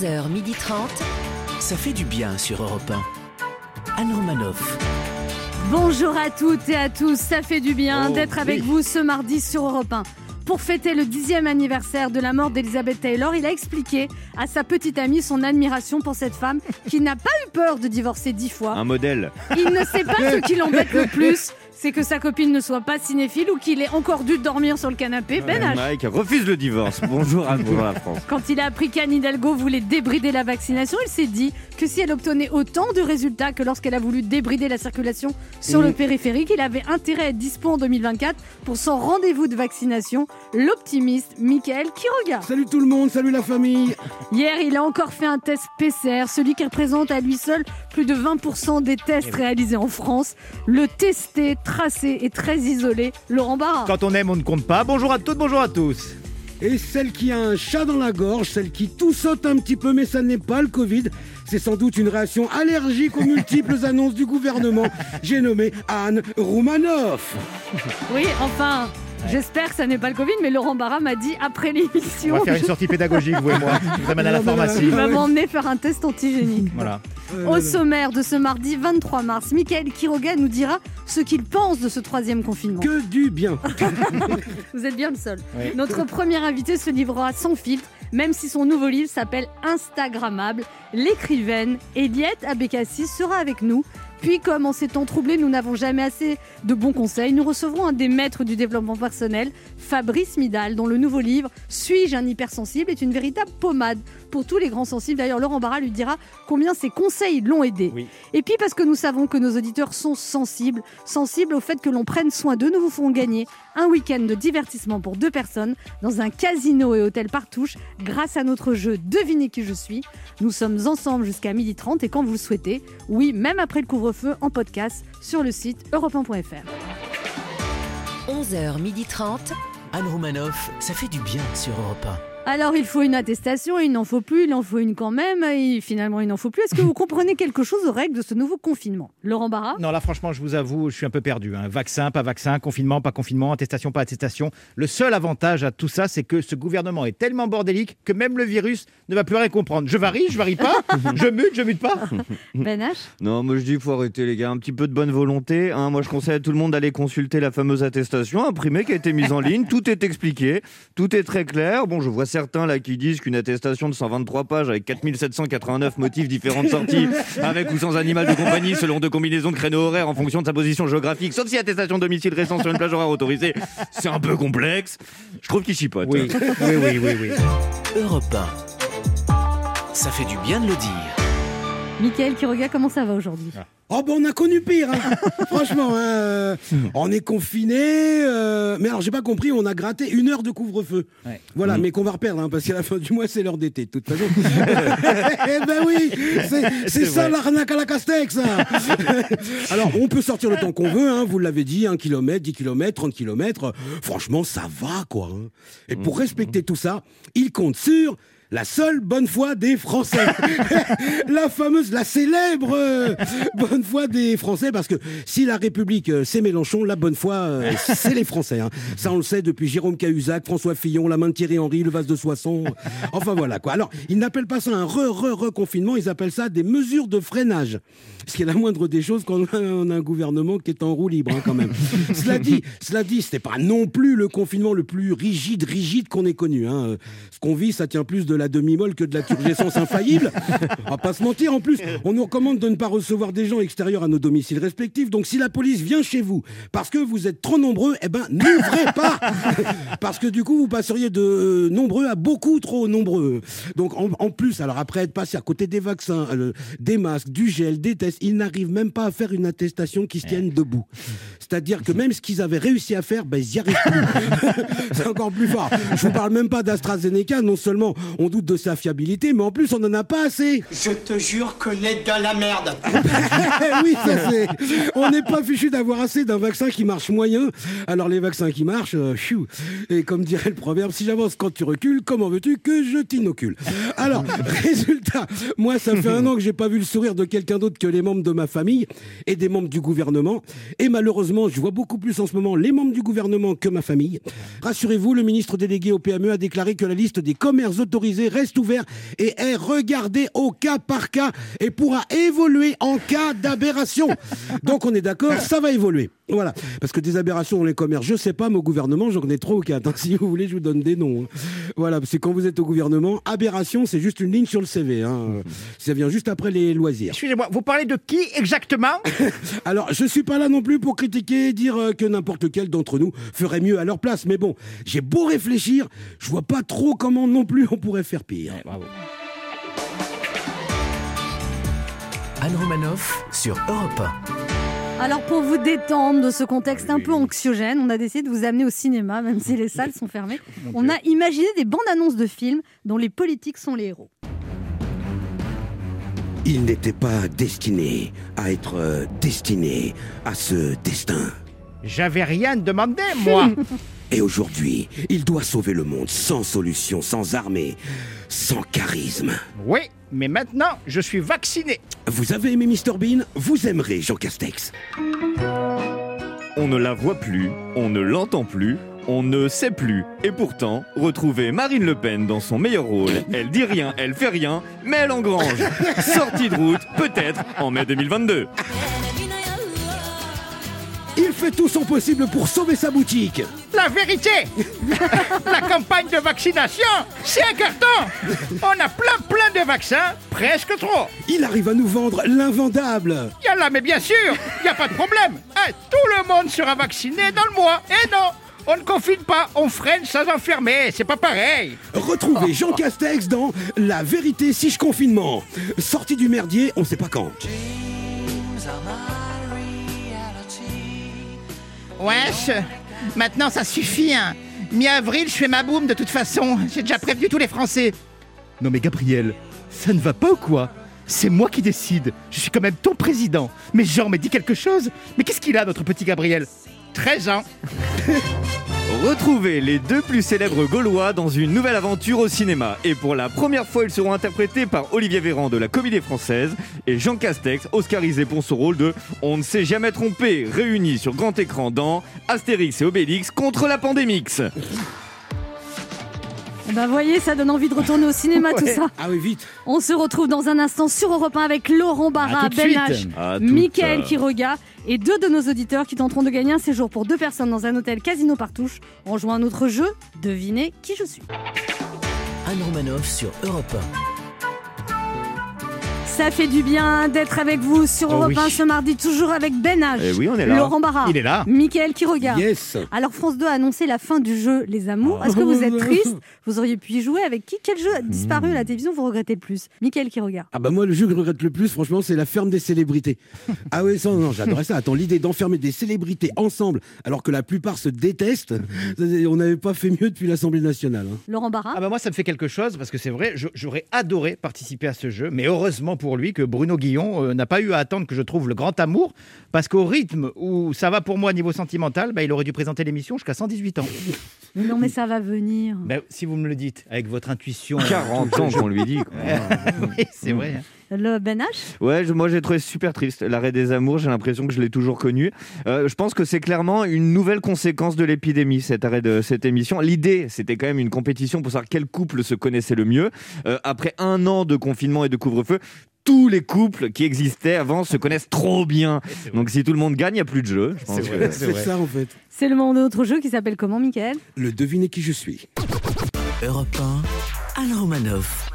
11h30. Ça fait du bien sur Europe 1. Anne Romanoff. Bonjour à toutes et à tous, ça fait du bien d'être avec vous ce mardi sur Europe 1. Pour fêter le 10e anniversaire de la mort d'Elizabeth Taylor, il a expliqué à sa petite amie son admiration pour cette femme qui n'a pas eu peur de divorcer 10 fois. Un modèle. Il ne sait pas ce qui l'embête le plus, c'est que sa copine ne soit pas cinéphile ou qu'il ait encore dû dormir sur le canapé. Ben H. Mike refuse le divorce. Bonjour à la France. Quand il a appris qu'Anne Hidalgo voulait débrider la vaccination, il s'est dit que si elle obtenait autant de résultats que lorsqu'elle a voulu débrider la circulation sur le périphérique, il avait intérêt à être dispo en 2024 pour son rendez-vous de vaccination. L'optimiste Mickaël Quiroga. Salut tout le monde, salut la famille. Hier, il a encore fait un test PCR, celui qui représente à lui seul plus de 20% des tests réalisés en France. Le testé, tracé et très isolé, Laurent Barra. Quand on aime, on ne compte pas. Bonjour à toutes, bonjour à tous. Et celle qui a un chat dans la gorge, celle qui tout saute un petit peu, mais ça n'est pas le Covid. C'est sans doute une réaction allergique aux multiples annonces du gouvernement. J'ai nommé Anne Romanoff. Oui, enfin... J'espère que ça n'est pas le Covid, mais Laurent Barra m'a dit après l'émission... On va faire une sortie pédagogique, vous et moi. Je vous amène à la pharmacie. Il va m'emmener faire un test antigénique. Voilà. Au sommaire de ce mardi 23 mars, Mickaël Quiroga nous dira ce qu'il pense de ce 3e confinement. Que du bien. Vous êtes bien le seul. Oui. Notre premier invité se livrera sans filtre, même si son nouveau livre s'appelle Instagrammable. L'écrivaine Eliette Abécassis sera avec nous. Puis, comme en ces temps troublés, nous n'avons jamais assez de bons conseils, nous recevrons un des maîtres du développement personnel, Fabrice Midal, dont le nouveau livre « Suis-je un hypersensible ?» est une véritable pommade pour tous les grands sensibles. D'ailleurs, Laurent Barra lui dira combien ses conseils l'ont aidé. Oui. Et puis, parce que nous savons que nos auditeurs sont sensibles au fait que l'on prenne soin d'eux, nous vous ferons gagner un week-end de divertissement pour 2 personnes dans un casino et hôtel Partouche grâce à notre jeu Devinez qui je suis. Nous sommes ensemble jusqu'à 12h30 et quand vous le souhaitez, oui, même après le couvre-feu, en podcast sur le site europe1.fr. 11h30. Anne Romanoff, ça fait du bien sur Europe 1. Alors, il faut une attestation, il n'en faut plus, il en faut une quand même, et finalement, il n'en faut plus. Est-ce que vous comprenez quelque chose aux règles de ce nouveau confinement ? Laurent Barra ? Non, là, franchement, je vous avoue, je suis un peu perdu. Vaccin, pas vaccin, confinement, pas confinement, attestation, pas attestation. Le seul avantage à tout ça, c'est que ce gouvernement est tellement bordélique que même le virus ne va plus rien comprendre. Je varie pas, je mute pas. Ben H ? Non, moi je dis qu'il faut arrêter les gars, un petit peu de bonne volonté. Moi je conseille à tout le monde d'aller consulter la fameuse attestation imprimée qui a été mise en ligne. Tout est expliqué, tout est très clair. Bon, je vois certains là qui disent qu'une attestation de 123 pages avec 4789 motifs différents de sortie, avec ou sans animal de compagnie, selon 2 combinaisons de créneaux horaires en fonction de sa position géographique, sauf si attestation de domicile récent sur une plage horaire autorisée, c'est un peu complexe. Je trouve qu'ils chipotent. Oui. Europe 1. Ça fait du bien de le dire. Mickaël Quiroga, comment ça va aujourd'hui ? Oh on a connu pire, franchement. On est confinés, mais alors j'ai pas compris, on a gratté 1 heure de couvre-feu. Ouais. Voilà, mais qu'on va reperdre, parce qu'à la fin du mois c'est l'heure d'été, de toute façon. Eh ben oui, c'est ça l'arnaque à la Castex. Alors on peut sortir le temps qu'on veut, vous l'avez dit, 1 km, 10 km, 30 km. Franchement, ça va quoi. Et pour respecter tout ça, il compte sur la seule bonne foi des Français. La célèbre bonne foi des Français, parce que si la République c'est Mélenchon, la bonne foi c'est les Français. Ça on le sait depuis Jérôme Cahuzac, François Fillon, la main de Thierry Henry, le vase de Soissons. Enfin voilà quoi. Alors ils n'appellent pas ça un reconfinement, ils appellent ça des mesures de freinage. Ce qui est la moindre des choses quand on a un gouvernement qui est en roue libre quand même. Cela dit, c'était pas non plus le confinement le plus rigide qu'on ait connu. Ce qu'on vit, ça tient plus de la demi-molle que de la turgescence infaillible. On va pas se mentir. En plus, on nous recommande de ne pas recevoir des gens extérieurs à nos domiciles respectifs. Donc, si la police vient chez vous parce que vous êtes trop nombreux, n'ouvrez pas. Parce que du coup, vous passeriez de nombreux à beaucoup trop nombreux. Donc, en plus, alors après être passé à côté des vaccins, des masques, du gel, des tests, ils n'arrivent même pas à faire une attestation qui se tienne debout. C'est-à-dire que même ce qu'ils avaient réussi à faire, ils n'y arrivent plus. C'est encore plus fort. Je vous parle même pas d'AstraZeneca. Non seulement on doute de sa fiabilité, mais en plus on n'en a pas assez. Je te jure que n'est de la merde. Oui, ça c'est. On n'est pas fichu d'avoir assez d'un vaccin qui marche moyen. Alors les vaccins qui marchent, et comme dirait le proverbe, si j'avance quand tu recules, comment veux-tu que je t'inocule ? Alors, résultat, moi ça fait 1 an que j'ai pas vu le sourire de quelqu'un d'autre que les membres de ma famille et des membres du gouvernement. Et malheureusement, je vois beaucoup plus en ce moment les membres du gouvernement que ma famille. Rassurez-vous, le ministre délégué au PME a déclaré que la liste des commerces autorisés autorisé reste ouvert et est regardé au cas par cas et pourra évoluer en cas d'aberration. Donc on est d'accord, ça va évoluer. Voilà, parce que des aberrations dans les commerces, je sais pas, mais au gouvernement, j'en connais 3 ou 4. Hein. Si vous voulez, je vous donne des noms. Voilà, parce que quand vous êtes au gouvernement, aberration, c'est juste une ligne sur le CV. Hein. Ça vient juste après les loisirs. Excusez-moi, vous parlez de qui exactement? Alors, je suis pas là non plus pour critiquer, dire que n'importe quel d'entre nous ferait mieux à leur place. Mais bon, j'ai beau réfléchir, je vois pas trop comment non plus on pourrait faire pire. Ouais, bravo. Anne Romanoff sur Europe 1. Alors pour vous détendre de ce contexte un peu anxiogène, on a décidé de vous amener au cinéma, même si les salles sont fermées. On a imaginé des bandes annonces de films dont les politiques sont les héros. Il n'était pas destiné à être destiné à ce destin. J'avais rien demandé, moi. Et aujourd'hui, il doit sauver le monde sans solution, sans armée, sans charisme. Oui, mais maintenant, je suis vacciné. Vous avez aimé Mr Bean? Vous aimerez Jean Castex. On ne la voit plus, on ne l'entend plus, on ne sait plus. Et pourtant, retrouver Marine Le Pen dans son meilleur rôle, elle dit rien, elle fait rien, mais elle engrange. Sortie de route, peut-être en mai 2022. Il fait tout son possible pour sauver sa boutique. La vérité, la campagne de vaccination, c'est un carton. On a plein de vaccins, presque trop. Il arrive à nous vendre l'invendable. Yallah, mais bien sûr, il n'y a pas de problème. Hein, tout le monde sera vacciné dans le mois. Et non, on ne confine pas, on freine sans enfermer, c'est pas pareil. Retrouvez Jean Castex dans La vérité si je confinement. Sortie du merdier, on sait pas quand. Wesh, maintenant ça suffit, hein. Mi-avril, je fais ma boum de toute façon. J'ai déjà prévenu tous les Français. Non mais Gabriel, ça ne va pas ou quoi? C'est moi qui décide. Je suis quand même ton président. Mais Jean, mais dis quelque chose. Mais qu'est-ce qu'il a, notre petit Gabriel? 13 ans. Retrouvez les deux plus célèbres Gaulois dans une nouvelle aventure au cinéma. Et pour la première fois, ils seront interprétés par Olivier Véran de la Comédie Française et Jean Castex, oscarisé pour son rôle de On ne s'est jamais trompé, réunis sur grand écran dans Astérix et Obélix contre la pandémix. Ben voyez, ça donne envie de retourner au cinéma, tout ça. Ah oui, vite. On se retrouve dans un instant sur Europe 1 avec Laurent Barra, Ben H, Mickaël Quiroga et 2 de nos auditeurs qui tenteront de gagner un séjour pour 2 personnes dans un hôtel Casino Partouche en jouant à notre jeu Devinez qui je suis. Anne Romanoff sur Europe 1. Ça fait du bien d'être avec vous sur Europe 1 ce mardi, toujours avec Ben H, Eh oui, on est là. Laurent Barra, Il est là. Mickaël Quiroga. Yes. Alors France 2 a annoncé la fin du jeu Les Amours. Est-ce que vous êtes triste? Vous auriez pu y jouer avec qui? Quel jeu a disparu à la télévision vous regrettez le plus? Mickaël Quiroga. Ah bah moi, le jeu que je regrette le plus, franchement, c'est la ferme des célébrités. Ah oui, ça, non, j'adorais ça. Attends, l'idée d'enfermer des célébrités ensemble, alors que la plupart se détestent, on n'avait pas fait mieux depuis l'Assemblée nationale. Hein. Laurent Barra. Ah bah moi ça me fait quelque chose parce que c'est vrai, j'aurais adoré participer à ce jeu, mais heureusement pour lui que Bruno Guillon n'a pas eu à attendre que je trouve le grand amour, parce qu'au rythme où ça va pour moi niveau sentimental, bah, il aurait dû présenter l'émission jusqu'à 118 ans. Non mais ça va venir. Bah, si vous me le dites, avec votre intuition. 40 ans qu'on lui dit. Quoi. Oui, c'est vrai. Hein. Le Ben H. Ouais, moi j'ai trouvé super triste. L'arrêt des amours, j'ai l'impression que je l'ai toujours connu. Je pense que c'est clairement une nouvelle conséquence de l'épidémie, cet arrêt de cette émission. L'idée, c'était quand même une compétition pour savoir quel couple se connaissait le mieux. Après 1 an de confinement et de couvre-feu, tous les couples qui existaient avant se connaissent trop bien. Donc si tout le monde gagne, il n'y a plus de jeu. Je pense que... C'est ça, en fait. C'est le moment de notre jeu qui s'appelle comment, Mickaël? Le Devinez qui je suis. Europe 1, Anne Romanoff.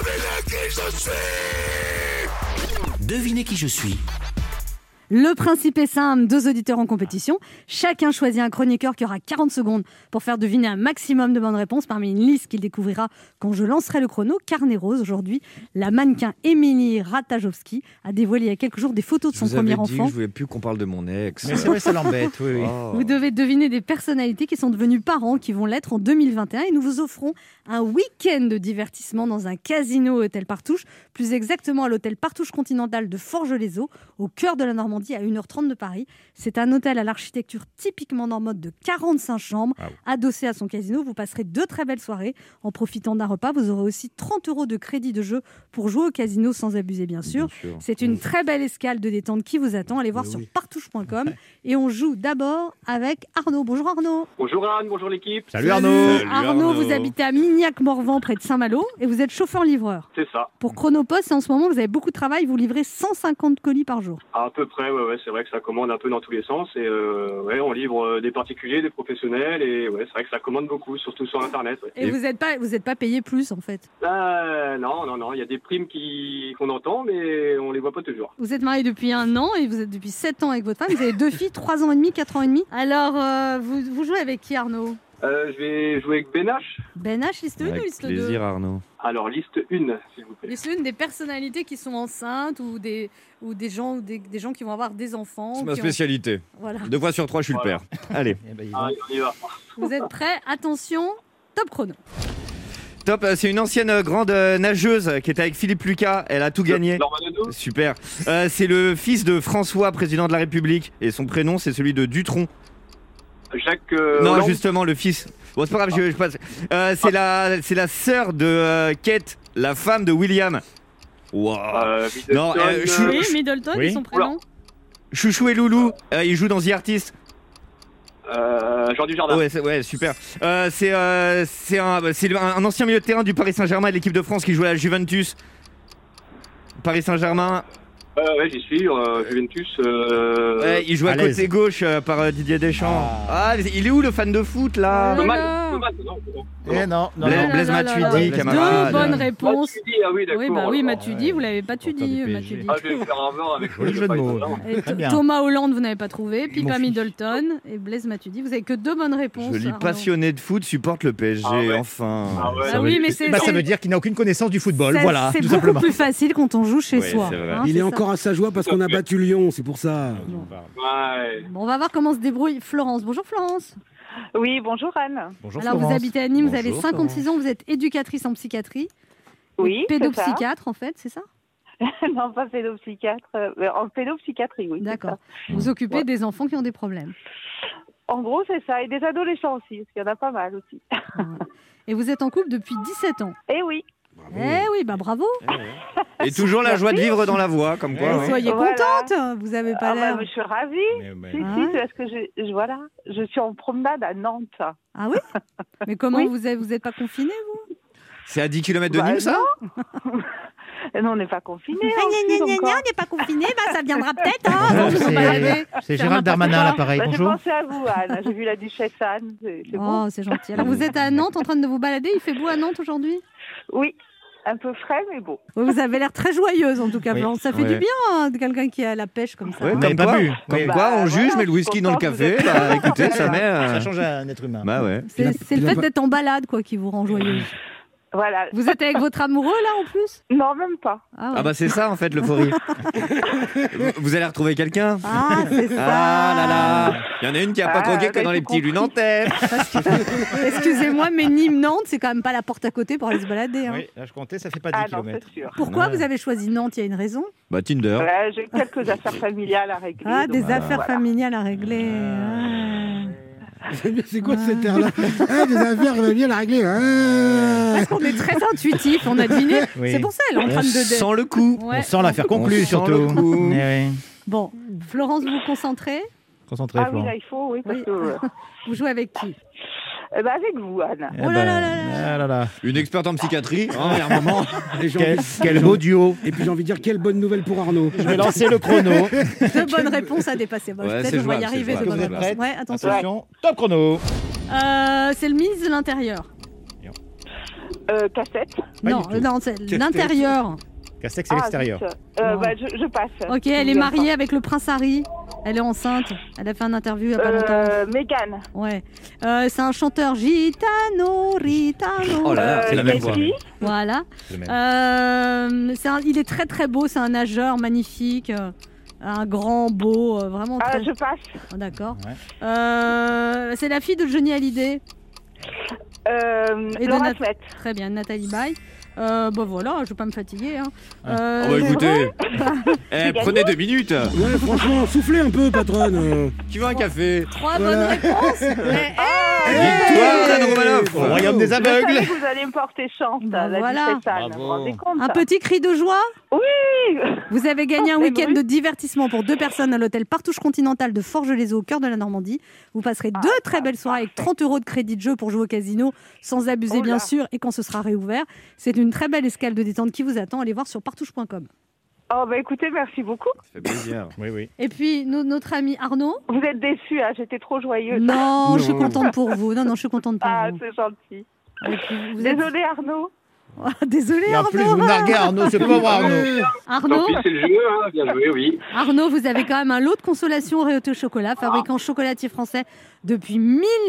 Devinez qui je suis. Le principe est simple, 2 auditeurs en compétition. Chacun choisit un chroniqueur qui aura 40 secondes pour faire deviner un maximum de bonnes réponses parmi une liste qu'il découvrira quand je lancerai le chrono. Carnet rose, aujourd'hui, la mannequin Émilie Ratajkowski a dévoilé il y a quelques jours des photos de son premier enfant. Je ne voulais plus qu'on parle de mon ex. Mais c'est vrai, ça l'embête. Oui, oui. Oh. Vous devez deviner des personnalités qui sont devenues parents, qui vont l'être en 2021. Et nous vous offrons un week-end de divertissement dans un casino au hôtel Partouche, plus exactement à l'hôtel Partouche Continental de Forges-les-Eaux, au cœur de la Normandie, à 1h30 de Paris. C'est un hôtel à l'architecture typiquement normande de 45 chambres, adossé à son casino. Vous passerez 2 très belles soirées en profitant d'un repas. Vous aurez aussi 30 € de crédit de jeu pour jouer au casino sans abuser, bien sûr. C'est une très belle escale de détente qui vous attend. Allez voir sur partouche.com. Et on joue d'abord avec Arnaud. Bonjour Arnaud. Bonjour Anne, bonjour l'équipe. Salut Arnaud. Arnaud, vous habitez à Migny Signac-Morvan, près de Saint-Malo, et vous êtes chauffeur-livreur. C'est ça. Pour Chronopost, et en ce moment, vous avez beaucoup de travail, vous livrez 150 colis par jour. À peu près, ouais, c'est vrai que ça commande un peu dans tous les sens. Et on livre des particuliers, des professionnels. Et c'est vrai que ça commande beaucoup, surtout sur Internet. Ouais. Et vous n'êtes pas payé plus, en fait? Non. Il y a des primes qu'on entend, mais on les voit pas toujours. Vous êtes marié depuis 1 an et vous êtes depuis 7 ans avec votre femme. Vous avez 2 filles, 3 ans et demi, 4 ans et demi. Alors, vous jouez avec qui, Arnaud? Je vais jouer avec Ben H. Ben H, liste 1 ou liste 2? Avec plaisir, Arnaud. Alors, liste 1, s'il vous plaît. Liste 1, des personnalités qui sont enceintes ou des gens qui vont avoir des enfants. C'est ma spécialité. Voilà. 2 fois sur 3, je suis le père. Allez. On y va. Vous êtes prêts? Attention, top chrono. Top, c'est une ancienne grande nageuse qui était avec Philippe Lucas. Elle a tout gagné. Super. C'est le fils de François, président de la République. Et son prénom, c'est celui de Dutronc. Jacques. Non, Hollande. justement, le fils. Bon, c'est pas grave, je passe. C'est la sœur de Kate, la femme de William. Wow. Non, Oui, Middleton, Oui. et son prénom. Chouchou et Loulou, ils jouent dans The Artist. Jean Dujardin. Ouais, super. C'est un ancien milieu de terrain du Paris Saint-Germain et de l'équipe de France qui joue à la Juventus. Paris Saint-Germain. Ouais, j'y suis. Juventus. Ouais, il joue à côté gauche par Didier Deschamps. Ah, il est où le fan de foot là? Thomas, non. Blaise Matuidi, camarade. 2 bonnes réponses. Matuidi, ah oui, d'accord. Oui, Matuidi, vous l'avez pas dit, Matuidi. Ah, je vais faire un verre avec Joli jeu de mots. Et Très bien. Thomas Hollande, vous n'avez pas trouvé. Pipa fils. Middleton et Blaise Matuidi. Vous avez que 2 bonnes réponses. Joli Arnaud. passionné de foot supporte le PSG, Ah ouais. enfin. Ah ouais. Ah oui, mais c'est ça veut dire qu'il n'a aucune connaissance du football. Voilà, c'est tout beaucoup simplement. plus facile quand on joue chez Ouais, soi. c'est vrai. hein, Il c'est est ça. encore à sa joie parce qu'on a battu Lyon, c'est pour ça. Ouais. Bon, on va voir comment se débrouille Florence. Bonjour Florence. Oui, bonjour Anne. Bonjour Alors vous Florence. habitez à Nîmes, vous avez Bonjour, 56 ans, vous êtes éducatrice en psychiatrie. Oui, c'est ça. Pédopsychiatre en fait, c'est ça? Non, pas pédopsychiatre. En pédopsychiatrie, oui. c'est D'accord. ça. Vous occupez Ouais. des enfants qui ont des problèmes. En gros, c'est ça. Et des adolescents aussi, parce qu'il y en a pas mal aussi. Et vous êtes en couple depuis 17 ans. Eh oui. Eh oui, bah bravo. Et toujours la joie de vivre dans la voie, comme quoi. hein. Soyez Voilà. contente. Vous avez pas l'air. Je suis ravie. Si, Ah si, ouais. parce que je suis en promenade à Nantes. Ah oui? Mais comment Oui. vous êtes pas confinés vous? C'est à 10 km de Bah, Nîmes, ça? Non, on n'est pas confinés. On n'est pas confinés, bah ça viendra peut-être. Hein, C'est Gérald Darmanin à l'appareil. J'ai Bonjour. pensé à vous, Anne. J'ai vu la Duchesse Anne. C'est bon. Oh, c'est gentil. Alors vous êtes à Nantes en train de vous balader. Il fait beau à Nantes aujourd'hui? Oui, un peu frais, mais beau. Oui, vous avez l'air très joyeuse en tout cas. Oui. Florence. Ça fait Ouais. du bien hein, de quelqu'un qui est à la pêche comme ça. Ouais, Vous n'avez comme pas quoi, bu. comme Oui. quoi, on Bah, juge, voilà, mais le whisky dans le pourtant, vous café, êtes- bah écoutez, ça met. Ça change à un être humain. Bah ouais. C'est le il a fait pas- d'être en balade quoi qui vous rend joyeuse. Voilà. Vous êtes avec votre amoureux là en plus? Non, même pas. Ah, ouais. Ah bah c'est ça en fait l'euphorie. Vous allez retrouver quelqu'un? Ah, c'est ça. Ah là là. Il y en a une qui a pas Ah, croqué que bah, dans les j'ai petits compris. lunes en tête. Excusez-moi, mais Nîmes-Nantes, c'est quand même pas la porte à côté pour aller se balader. Hein. Oui, là je comptais, ça fait pas 10 Ah non, km. c'est sûr. Pourquoi Ouais. vous avez choisi Nantes? Il y a une raison? Bah Tinder. Ouais, j'ai quelques affaires familiales à régler. Ah, donc, des affaires voilà. familiales à régler. Ah. C'est quoi cette air-là? Des affaires, on va bien la régler. Ah. Parce qu'on est très intuitif, on a deviné. Oui. C'est pour ça, elle est en train On de... sent le coup. Ouais. On sent l'affaire conclue On sent surtout. le coup. Eh oui. Bon, Florence, vous vous concentrez. Concentrez, Ah oui, Florent. là, il faut, oui, parce Oui. que... Vous jouez avec qui? avec vous, Anne. Eh Oh là là ben, là ah là là. Une experte en psychiatrie. Hein, il y a un moment. Et j'ai Quel, envie- quel beau duo. Et puis j'ai envie de dire quelle bonne nouvelle pour Arnaud. Je vais lancer le chrono. 2 bonnes réponses à dépasser. Bon, Ouais, peut-être c'est on va y jouable, arriver. c'est de jouable. bonnes Vous êtes réponses. prêtes? Ouais, attention. Attention, top chrono. C'est le ministre de l'Intérieur. Cassette. Pas Non, du tout. non, c'est l'intérieur. Castex, c'est l'extérieur. zut. Non. Bah, je passe. Ok, elle est mariée avec le prince Harry. Elle est enceinte. Elle a fait une interview il n'y a pas longtemps. Mégane. Ouais. C'est un chanteur gitano, ritano. Oh là là, c'est la même voix. Casey. Voilà. C'est le même. Il est très très beau. C'est un nageur magnifique. Un grand, beau, vraiment Ah, très... je passe. Oh, d'accord. Ouais. C'est la fille de Johnny Hallyday. Et de Laura Nat- Smet. Très bien, Nathalie Baye. Voilà, je vais pas me fatiguer. Hein. Écoutez, prenez 2 minutes. Ouais, franchement, soufflez un peu, patronne. Tu veux un café? 3 bonnes réponses. Victoire d'Anne Romanoff Au royaume des Je savais aveugles. que vous allez me porter chance, la voilà. duchesse Anne. Vous vous rendez compte? Un petit cri de joie. Oui. Vous avez gagné un C'est week-end vrai. de divertissement pour 2 personnes à l'hôtel Partouche Continental de Forges-les-Eaux au cœur de la Normandie. Vous passerez 2 très belles soirées avec 30 € de crédit de jeu pour jouer au casino, sans abuser Oh là. bien sûr, et quand ce sera réouvert. C'est une très belle escale de détente qui vous attend. Allez voir sur partouche.com. Oh, écoutez, merci beaucoup. Ça fait plaisir. Oui. Et puis notre ami Arnaud. Vous êtes déçus, hein, j'étais trop joyeuse. Non, je suis Non. contente pour vous. Non, je suis contente pour vous. C'est gentil. Et puis, vous êtes... Désolée, Arnaud. Désolé Et en plus, Arnaud. vous narguez Arnaud, ce pauvre Arnaud. Tant Arnaud, pis, c'est le jeu, hein. Bien joué, oui. Arnaud, vous avez quand même un lot de consolation Réauté au chocolat, fabricant chocolatier français depuis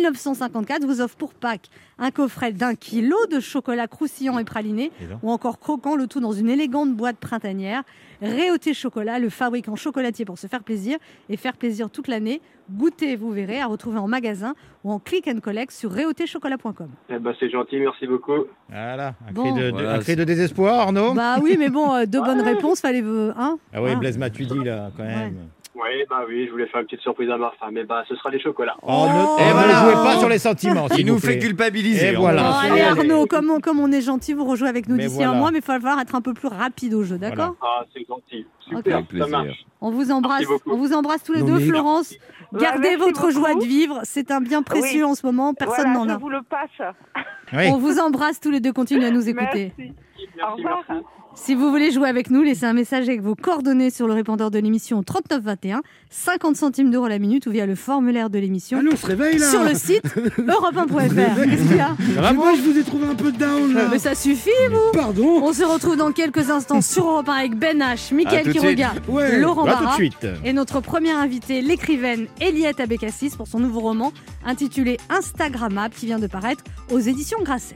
1954. Vous offre pour Pâques un coffret d'1 kilo de chocolat croustillant et praliné, ou encore croquant, le tout dans une élégante boîte printanière. Réauté Chocolat, le fabricant chocolatier pour se faire plaisir et faire plaisir toute l'année. Goûtez, vous verrez, à retrouver en magasin ou en click and collect sur réautéchocolat.com. Eh ben, c'est gentil, merci beaucoup. Voilà, un Bon. cri de désespoir, Arnaud. Bah oui, mais bon, 2 bonnes réponses, fallait... Hein Ah oui, Hein. Blaise Matuidi, là, quand même. Oui, je voulais faire une petite surprise à ma femme. Mais ce sera les chocolats. Oh, Oh. ne voilà. jouez pas sur les sentiments, s'il Il nous vous plaît. fait culpabiliser. Et hein. voilà. Bon, Allez, allez allez. Arnaud, comme on est gentil, vous rejouez avec nous Mais d'ici voilà. un mois, mais il va falloir être un peu plus rapide au jeu, d'accord Ah, c'est gentil. Ok. Super, Avec ça plaisir. marche. On vous embrasse, Merci beaucoup. on vous embrasse tous les Non, deux, mais- Florence. Gardez merci votre beaucoup. joie de vivre, c'est un bien précieux Oui. en ce moment, personne Voilà, n'en a. je vous le passe. Oui. On vous embrasse tous les deux, continuez à nous écouter. Merci. Merci, Au revoir. merci. Si vous voulez jouer avec nous, laissez un message avec vos coordonnées sur le répondeur de l'émission 3921, 50 centimes d'euros la minute ou via le formulaire de l'émission Allez, on se réveille là. sur le site europe1.fr. Qu'est-ce qu'il y a Moi, je vous ai trouvé un peu down là. Mais ça suffit, vous. Pardon. On se retrouve dans quelques instants sur Europe 1 avec Ben H, À Mickaël tout de qui suite. regarde, Ouais. Laurent Là, tout de Barra suite. et notre première invitée, l'écrivaine Eliette Abécassis pour son nouveau roman intitulé Instagrammable qui vient de paraître aux éditions Grasset.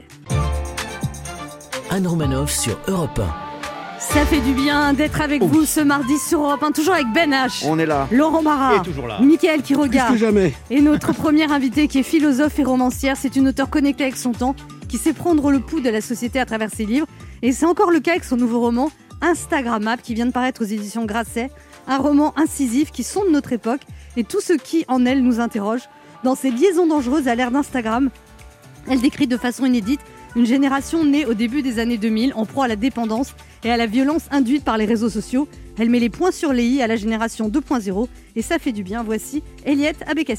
Anne Romanoff sur Europe 1. Ça fait du bien d'être avec vous ce mardi sur Europe 1, toujours avec Ben H, On est là. Laurent Barra, Il est toujours là. Mickaël qui Plus que regarde jamais. et notre première invitée qui est philosophe et romancière. C'est une auteure connectée avec son temps qui sait prendre le pouls de la société à travers ses livres. Et c'est encore le cas avec son nouveau roman Instagrammable qui vient de paraître aux éditions Grasset. Un roman incisif qui sonde notre époque et tout ce qui en elle nous interroge. Dans ses liaisons dangereuses à l'ère d'Instagram, elle décrit de façon inédite une génération née au début des années 2000 en proie à la dépendance et à la violence induite par les réseaux sociaux. Elle met les points sur les i à la génération 2.0 et ça fait du bien. Voici Eliette Abécassis.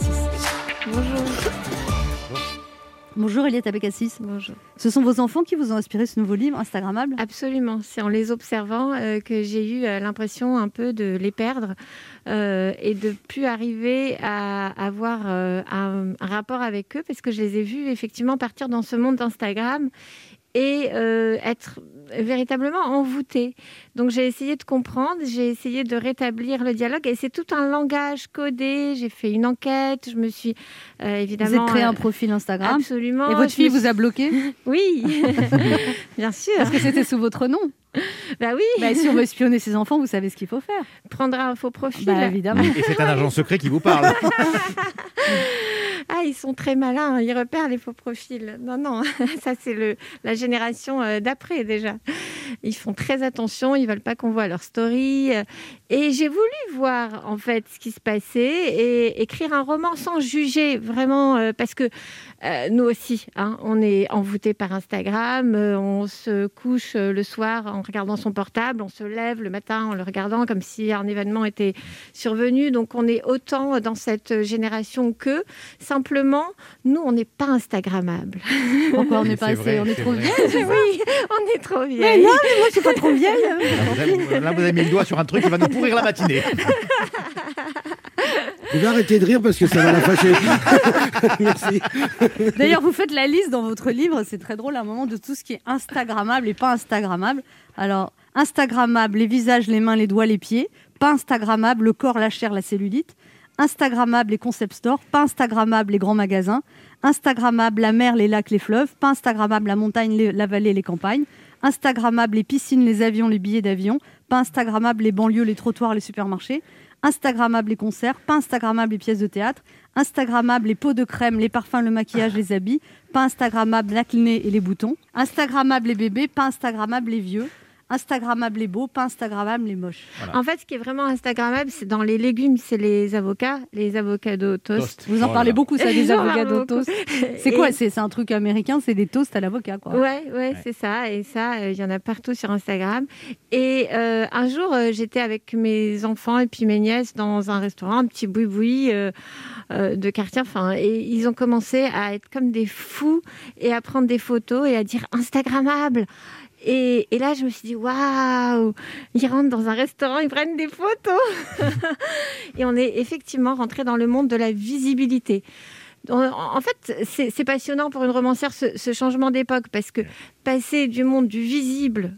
Bonjour Eliette Abécassis. Bonjour. Ce sont vos enfants qui vous ont inspiré ce nouveau livre Instagrammable ? Absolument. C'est en les observant que j'ai eu l'impression un peu de les perdre et de plus arriver à avoir un rapport avec eux parce que je les ai vus effectivement partir dans ce monde d'Instagram et être véritablement envoûtés. Donc j'ai essayé de comprendre, j'ai essayé de rétablir le dialogue et c'est tout un langage codé. J'ai fait une enquête, je me suis évidemment... Vous avez créé un profil Instagram Absolument. et votre fille vous a bloqué ? Oui, bien sûr. Parce que c'était sous votre nom. Bah oui, Bah, si on veut espionner ses enfants, vous savez ce qu'il faut faire. prendre un faux profil. Bah évidemment. Et c'est un agent secret qui vous parle. Ah, ils sont très malins, ils repèrent les faux profils. Non, ça c'est la génération d'après déjà. Ils font très attention, ils veulent pas qu'on voit leur story. Et j'ai voulu voir en fait ce qui se passait et écrire un roman sans juger vraiment, parce que nous aussi, hein, on est envoûtés par Instagram, on se couche le soir en regardant son portable, on se lève le matin en le regardant comme si un événement était survenu. Donc on est autant dans cette génération que simplement, nous, on n'est pas Instagrammable. Pourquoi on n'est pas C'est assez, vrai, on est c'est trop vrai. vieille. Oui, on est trop Mais vieilles. non, mais moi je suis pas trop vieille. Là, vous avez mis le doigt sur un truc qui va nous pourrir la matinée. Vous pouvez arrêter de rire parce que ça va la fâcher. Merci. D'ailleurs, vous faites la liste dans votre livre, c'est très drôle à un moment de tout ce qui est Instagrammable et pas Instagrammable. Alors, Instagrammable, les visages, les mains, les doigts, les pieds. Pas Instagrammable, le corps, la chair, la cellulite. Instagrammable, les concept stores. Pas Instagrammable, les grands magasins. Instagrammable, la mer, les lacs, les fleuves. Pas Instagrammable, la montagne, la vallée, les campagnes. Instagrammable, les piscines, les avions, les billets d'avion. Pas Instagrammable, les banlieues, les trottoirs, les supermarchés. Instagrammables les concerts, pas Instagrammables les pièces de théâtre, Instagrammables les pots de crème, les parfums, le maquillage, les habits, pas Instagrammables l'acné et les boutons, Instagrammables les bébés, pas Instagrammables les vieux, Instagrammables les beaux, pas Instagrammables les moches. Voilà. En fait, ce qui est vraiment Instagrammable, c'est dans les légumes, c'est les avocados toast. Vous en parlez beaucoup, ça, des avocados toast. C'est quoi? C'est un truc américain, c'est des toasts à l'avocat, quoi. Ouais, c'est ça. Et ça, il y en a partout sur Instagram. Et un jour, j'étais avec mes enfants et puis mes nièces dans un restaurant, un petit boui-boui de quartier. Et ils ont commencé à être comme des fous et à prendre des photos et à dire Instagrammable. Et là, je me suis dit, waouh, ils rentrent dans un restaurant, ils prennent des photos. Et on est effectivement rentré dans le monde de la visibilité. En fait, c'est passionnant pour une romancière, ce changement d'époque, parce que passer du monde du visible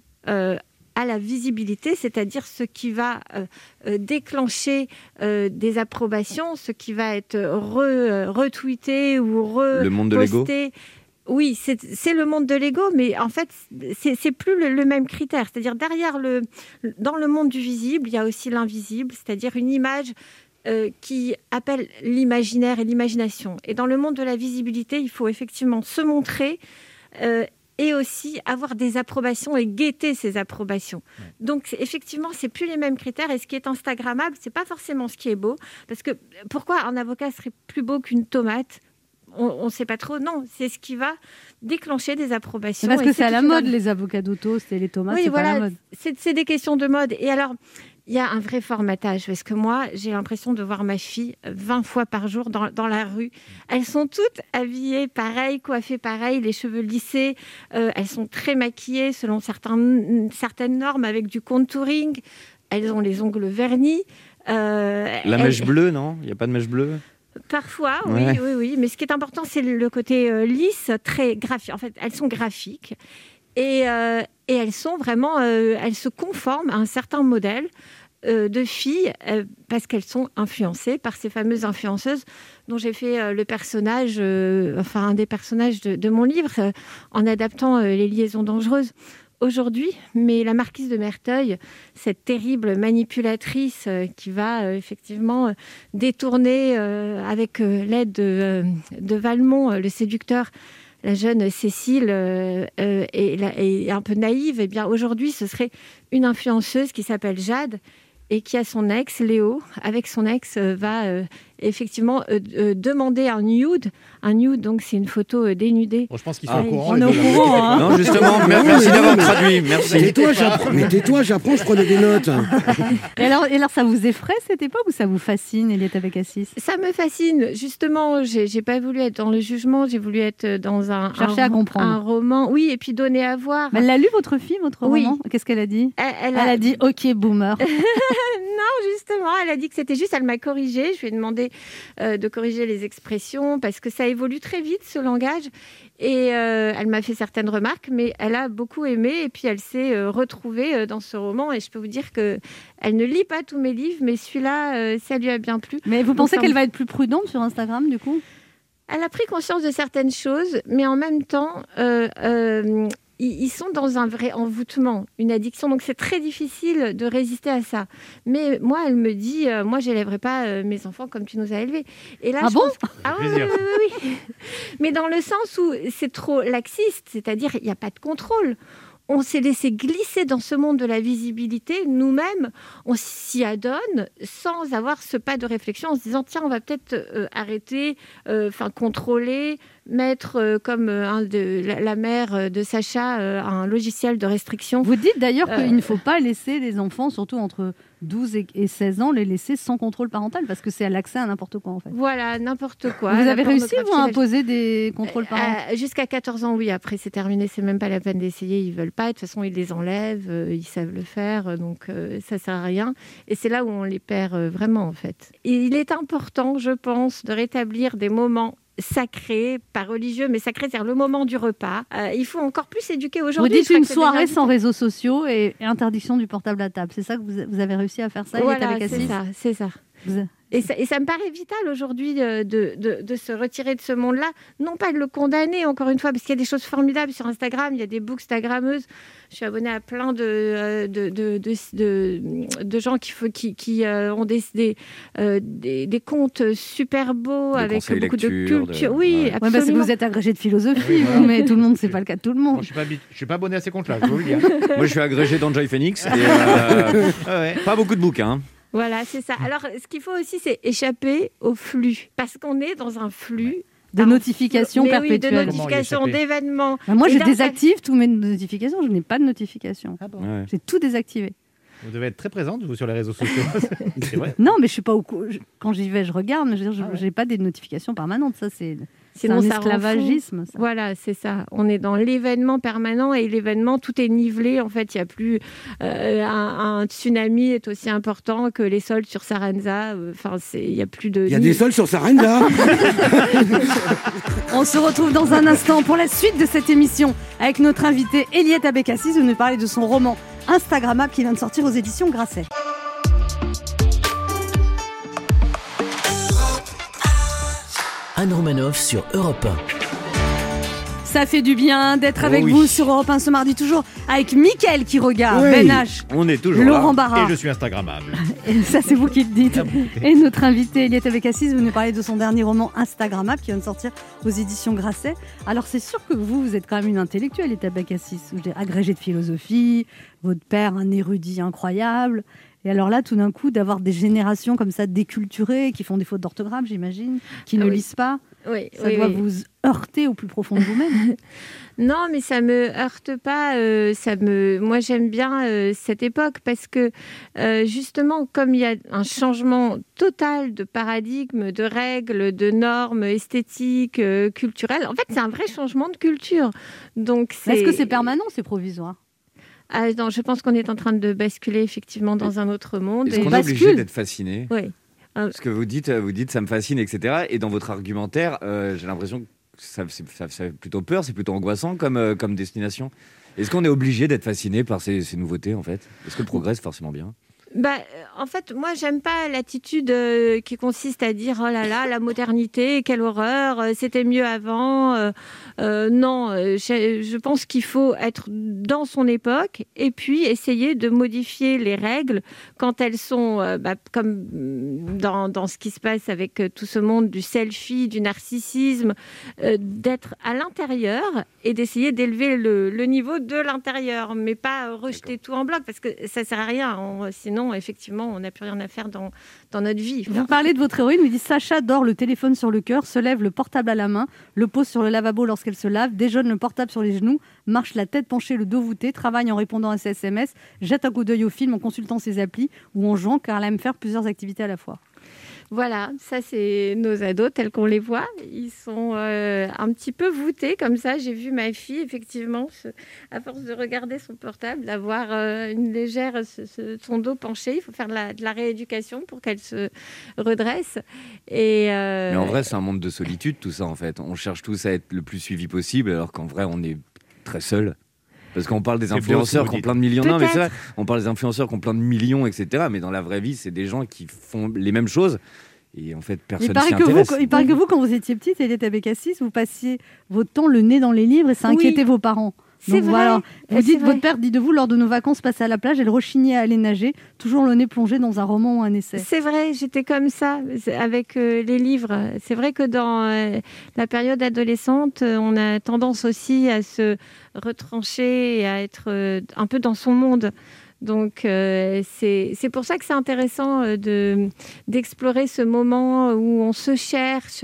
à la visibilité, c'est-à-dire ce qui va déclencher des approbations, ce qui va être retweeté ou reposté. Le monde de l'ego. Oui, c'est le monde de l'ego, mais en fait, c'est plus le même critère. C'est-à-dire, dans le monde du visible, il y a aussi l'invisible, c'est-à-dire une image qui appelle l'imaginaire et l'imagination. Et dans le monde de la visibilité, il faut effectivement se montrer et aussi avoir des approbations et guetter ces approbations. Donc, effectivement, c'est plus les mêmes critères. Et ce qui est instagrammable, c'est pas forcément ce qui est beau. Parce que pourquoi un avocat serait plus beau qu'une tomate ? On ne sait pas trop. Non, c'est ce qui va déclencher des approbations. Parce que c'est à la mode, les avocados toast et les tomates, oui, c'est voilà, pas à la mode. C'est des questions de mode. Et alors, il y a un vrai formatage, parce que moi, j'ai l'impression de voir ma fille 20 fois par jour dans la rue. Elles sont toutes habillées pareil, coiffées pareil, les cheveux lissés. Elles sont très maquillées selon certaines normes, avec du contouring. Elles ont les ongles vernis. Mèche bleue, non ? Il n'y a pas de mèche bleue ? Parfois, ouais. oui. Mais ce qui est important, c'est le côté lisse, très graphique. En fait, elles sont graphiques et elles sont vraiment, elles se conforment à un certain modèle de filles parce qu'elles sont influencées par ces fameuses influenceuses dont j'ai fait le personnage, un des personnages de mon livre, en adaptant les liaisons dangereuses. Aujourd'hui, mais la marquise de Merteuil, cette terrible manipulatrice qui va effectivement détourner avec l'aide de Valmont, le séducteur, la jeune Cécile est un peu naïve. Eh bien, aujourd'hui, ce serait une influenceuse qui s'appelle Jade et qui a son ex, Léo. Avec son ex, va effectivement demander un nude. Un nude, donc, c'est une photo dénudée. Bon, je pense qu'ils sont au courant. On est au courant. Hein. Non, justement, merci d'avoir traduit. Merci. Tais-toi, j'apprends, je prenais des notes. Et alors, ça vous effraie cette époque ou ça vous fascine, Eliette Abécassis ? Ça me fascine. Justement, j'ai pas voulu être dans le jugement, j'ai voulu être dans un roman. Oui, et puis donner à voir. Mais elle l'a lu, votre fille, votre roman ? Qu'est-ce qu'elle a dit ? Elle a dit « Ok, boomer ». Non, justement, elle a dit que c'était juste, elle m'a corrigée. Je lui ai demandé de corriger les expressions parce que ça évolue très vite, ce langage. Et elle m'a fait certaines remarques, mais elle a beaucoup aimé et puis elle s'est retrouvée dans ce roman. Et je peux vous dire qu'elle ne lit pas tous mes livres, mais celui-là, ça lui a bien plu. Mais vous pensez qu'elle va être plus prudente sur Instagram, du coup ? Elle a pris conscience de certaines choses, mais en même temps... ils sont dans un vrai envoûtement, une addiction. Donc, c'est très difficile de résister à ça. Mais moi, elle me dit, moi, je n'élèverai pas mes enfants comme tu nous as élevés. Et là, oui. Mais dans le sens où c'est trop laxiste, c'est-à-dire il n'y a pas de contrôle. On s'est laissé glisser dans ce monde de la visibilité. Nous-mêmes, on s'y adonne sans avoir ce pas de réflexion, en se disant, tiens, on va peut-être arrêter, contrôler, mettre comme la mère de Sacha un logiciel de restriction. Vous dites d'ailleurs qu'il ne faut pas laisser les enfants, surtout entre 12 et 16 ans, les laisser sans contrôle parental, parce que c'est à l'accès à n'importe quoi, en fait. Voilà, n'importe quoi. Vous avez réussi, vous, à imposer des contrôles parentaux ? Jusqu'à 14 ans, oui. Après, c'est terminé. C'est même pas la peine d'essayer. Ils veulent pas. De toute façon, ils les enlèvent. Ils savent le faire. Donc, ça sert à rien. Et c'est là où on les perd vraiment, en fait. Et il est important, je pense, de rétablir des moments sacré, pas religieux, mais sacré, c'est-à-dire le moment du repas. Il faut encore plus éduquer aujourd'hui. Vous dites une soirée sans réseaux sociaux et interdiction du portable à table. C'est ça que vous avez réussi à faire ça, voilà, c'est ça. Et ça me paraît vital aujourd'hui de se retirer de ce monde-là. Non pas de le condamner, encore une fois, parce qu'il y a des choses formidables sur Instagram. Il y a des bookstagrammeuses. Je suis abonnée à plein de gens qui ont des comptes super beaux avec beaucoup de culture. Oui, absolument. Parce que vous êtes agrégé de philosophie, vous, mais tout le monde, c'est pas le cas de tout le monde. Moi, je suis pas abonné à ces comptes-là, je veux vous le dire. Moi, je suis agrégé d'Enjoy Phoenix. Pas beaucoup de bouquins. Voilà, c'est ça. Alors, ce qu'il faut aussi, c'est échapper au flux. Parce qu'on est dans un flux de notifications perpétuelles. Oui, de notifications, d'événements. Moi, je désactive toutes mes notifications. Je n'ai pas de notifications. Ah bon. J'ai tout désactivé. Vous devez être très présente, vous, sur les réseaux sociaux. C'est vrai. Non, mais je suis pas quand j'y vais, je regarde, mais je n'ai pas des notifications permanentes. Ça, c'est un esclavagisme. Ça. Voilà, c'est ça. On est dans l'événement permanent et l'événement, tout est nivelé. En fait, il n'y a plus... un tsunami est aussi important que les soldes sur Saranza. Il n'y a plus de... Il y a des soldes sur Saranza. On se retrouve dans un instant pour la suite de cette émission avec notre invitée Eliette Abécassis. Vous nous parlez de son roman Instagrammable qui vient de sortir aux éditions Grasset. Anne Romanoff sur Europe 1. Ça fait du bien d'être avec vous sur Europe 1 ce mardi, toujours avec Mickaël qui regarde, Ben H, on est toujours Laurent là. Barra. Et je suis Instagrammable. Et ça, c'est vous qui le dites. Et notre invité, Eliette Abécassis, vous nous parlez de son dernier roman Instagrammable qui vient de sortir aux éditions Grasset. Alors, c'est sûr que vous êtes quand même une intellectuelle, Eliette Abécassis. Vous êtes agrégée de philosophie, votre père, un érudit incroyable. Et alors là, tout d'un coup, d'avoir des générations comme ça déculturées, qui font des fautes d'orthographe, j'imagine, qui ne lisent pas, ça doit vous heurter au plus profond de vous-même. Non, mais ça me heurte pas. Moi, j'aime bien cette époque parce que justement, comme il y a un changement total de paradigme, de règles, de normes esthétiques, culturelles. En fait, c'est un vrai changement de culture. Donc, est-ce que c'est permanent, c'est provisoire ? Non, je pense qu'on est en train de basculer effectivement dans un autre monde. Est-ce qu'on est obligé d'être fasciné ? Oui. Parce que vous dites ça me fascine, etc. Et dans votre argumentaire, j'ai l'impression que ça fait plutôt peur, c'est plutôt angoissant comme destination. Est-ce qu'on est obligé d'être fasciné par ces nouveautés, en fait ? Est-ce que le progrès, c'est forcément bien ? En fait, moi, j'aime pas l'attitude qui consiste à dire « Oh là là, la modernité, quelle horreur, c'était mieux avant ». Non, je pense qu'il faut être dans son époque et puis essayer de modifier les règles quand elles sont, comme dans ce qui se passe avec tout ce monde du selfie, du narcissisme, d'être à l'intérieur et d'essayer d'élever le niveau de l'intérieur, mais pas rejeter tout en bloc parce que ça sert à rien. Sinon, effectivement, on n'a plus rien à faire dans notre vie. Vous parlez de votre héroïne, vous dites Sacha dort le téléphone sur le cœur, se lève le portable à la main, le pose sur le lavabo lorsqu'elle se lave, déjeune le portable sur les genoux, marche la tête penchée, le dos voûté, travaille en répondant à ses SMS, jette un coup d'œil au film en consultant ses applis ou en jouant car elle aime faire plusieurs activités à la fois. Voilà, ça c'est nos ados tels qu'on les voit. Ils sont un petit peu voûtés comme ça. J'ai vu ma fille, effectivement, à force de regarder son portable, avoir une légère, son dos penché. Il faut faire de la rééducation pour qu'elle se redresse. Mais en vrai, c'est un monde de solitude, tout ça, en fait. On cherche tous à être le plus suivi possible, alors qu'en vrai, on est très seul. Parce qu'on parle des influenceurs qui ont plein de millions. Non, mais c'est vrai, on parle des influenceurs qui ont plein de millions, etc. Mais dans la vraie vie, c'est des gens qui font les mêmes choses. Et en fait, personne s'y intéresse. Il paraît que vous, quand vous étiez petite, Eliette Abécassis, vous passiez votre temps le nez dans les livres et ça inquiétait vos parents. C'est vrai. Voilà. Vous dites, votre père dit de vous, lors de nos vacances passées à la plage, elle rechignait à aller nager, toujours le nez plongé dans un roman ou un essai. C'est vrai, j'étais comme ça avec les livres. C'est vrai que dans la période adolescente, on a tendance aussi à se retrancher et à être un peu dans son monde. Donc, c'est pour ça que c'est intéressant d'explorer ce moment où on se cherche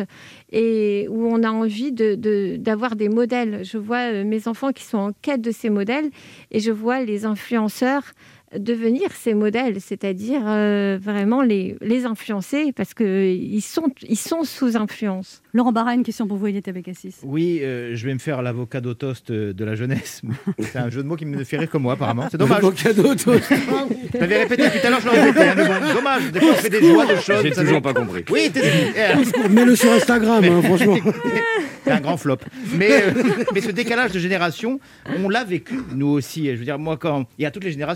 et où on a envie d'avoir des modèles. Je vois mes enfants qui sont en quête de ces modèles et je vois les influenceurs devenir ces modèles, c'est-à-dire vraiment les influencer parce qu'ils sont sous influence. Laurent Barra, une question pour vous, Eliette Abécassis. Oui, je vais me faire l'avocat d'autost de la jeunesse. C'est un jeu de mots qui me fait rire comme moi, apparemment. C'est dommage. L'avocat d'autost. Je l'avais répété depuis tout à l'heure, je l'ai répété. Mais bon, dommage, des fois on fait des joies de choses. J'ai toujours pas compris. Oui, mets-le sur Instagram, franchement. C'est un grand flop. Mais ce décalage de génération, on l'a vécu, nous aussi. Je veux dire, moi, quand il y a toutes les générations, mon père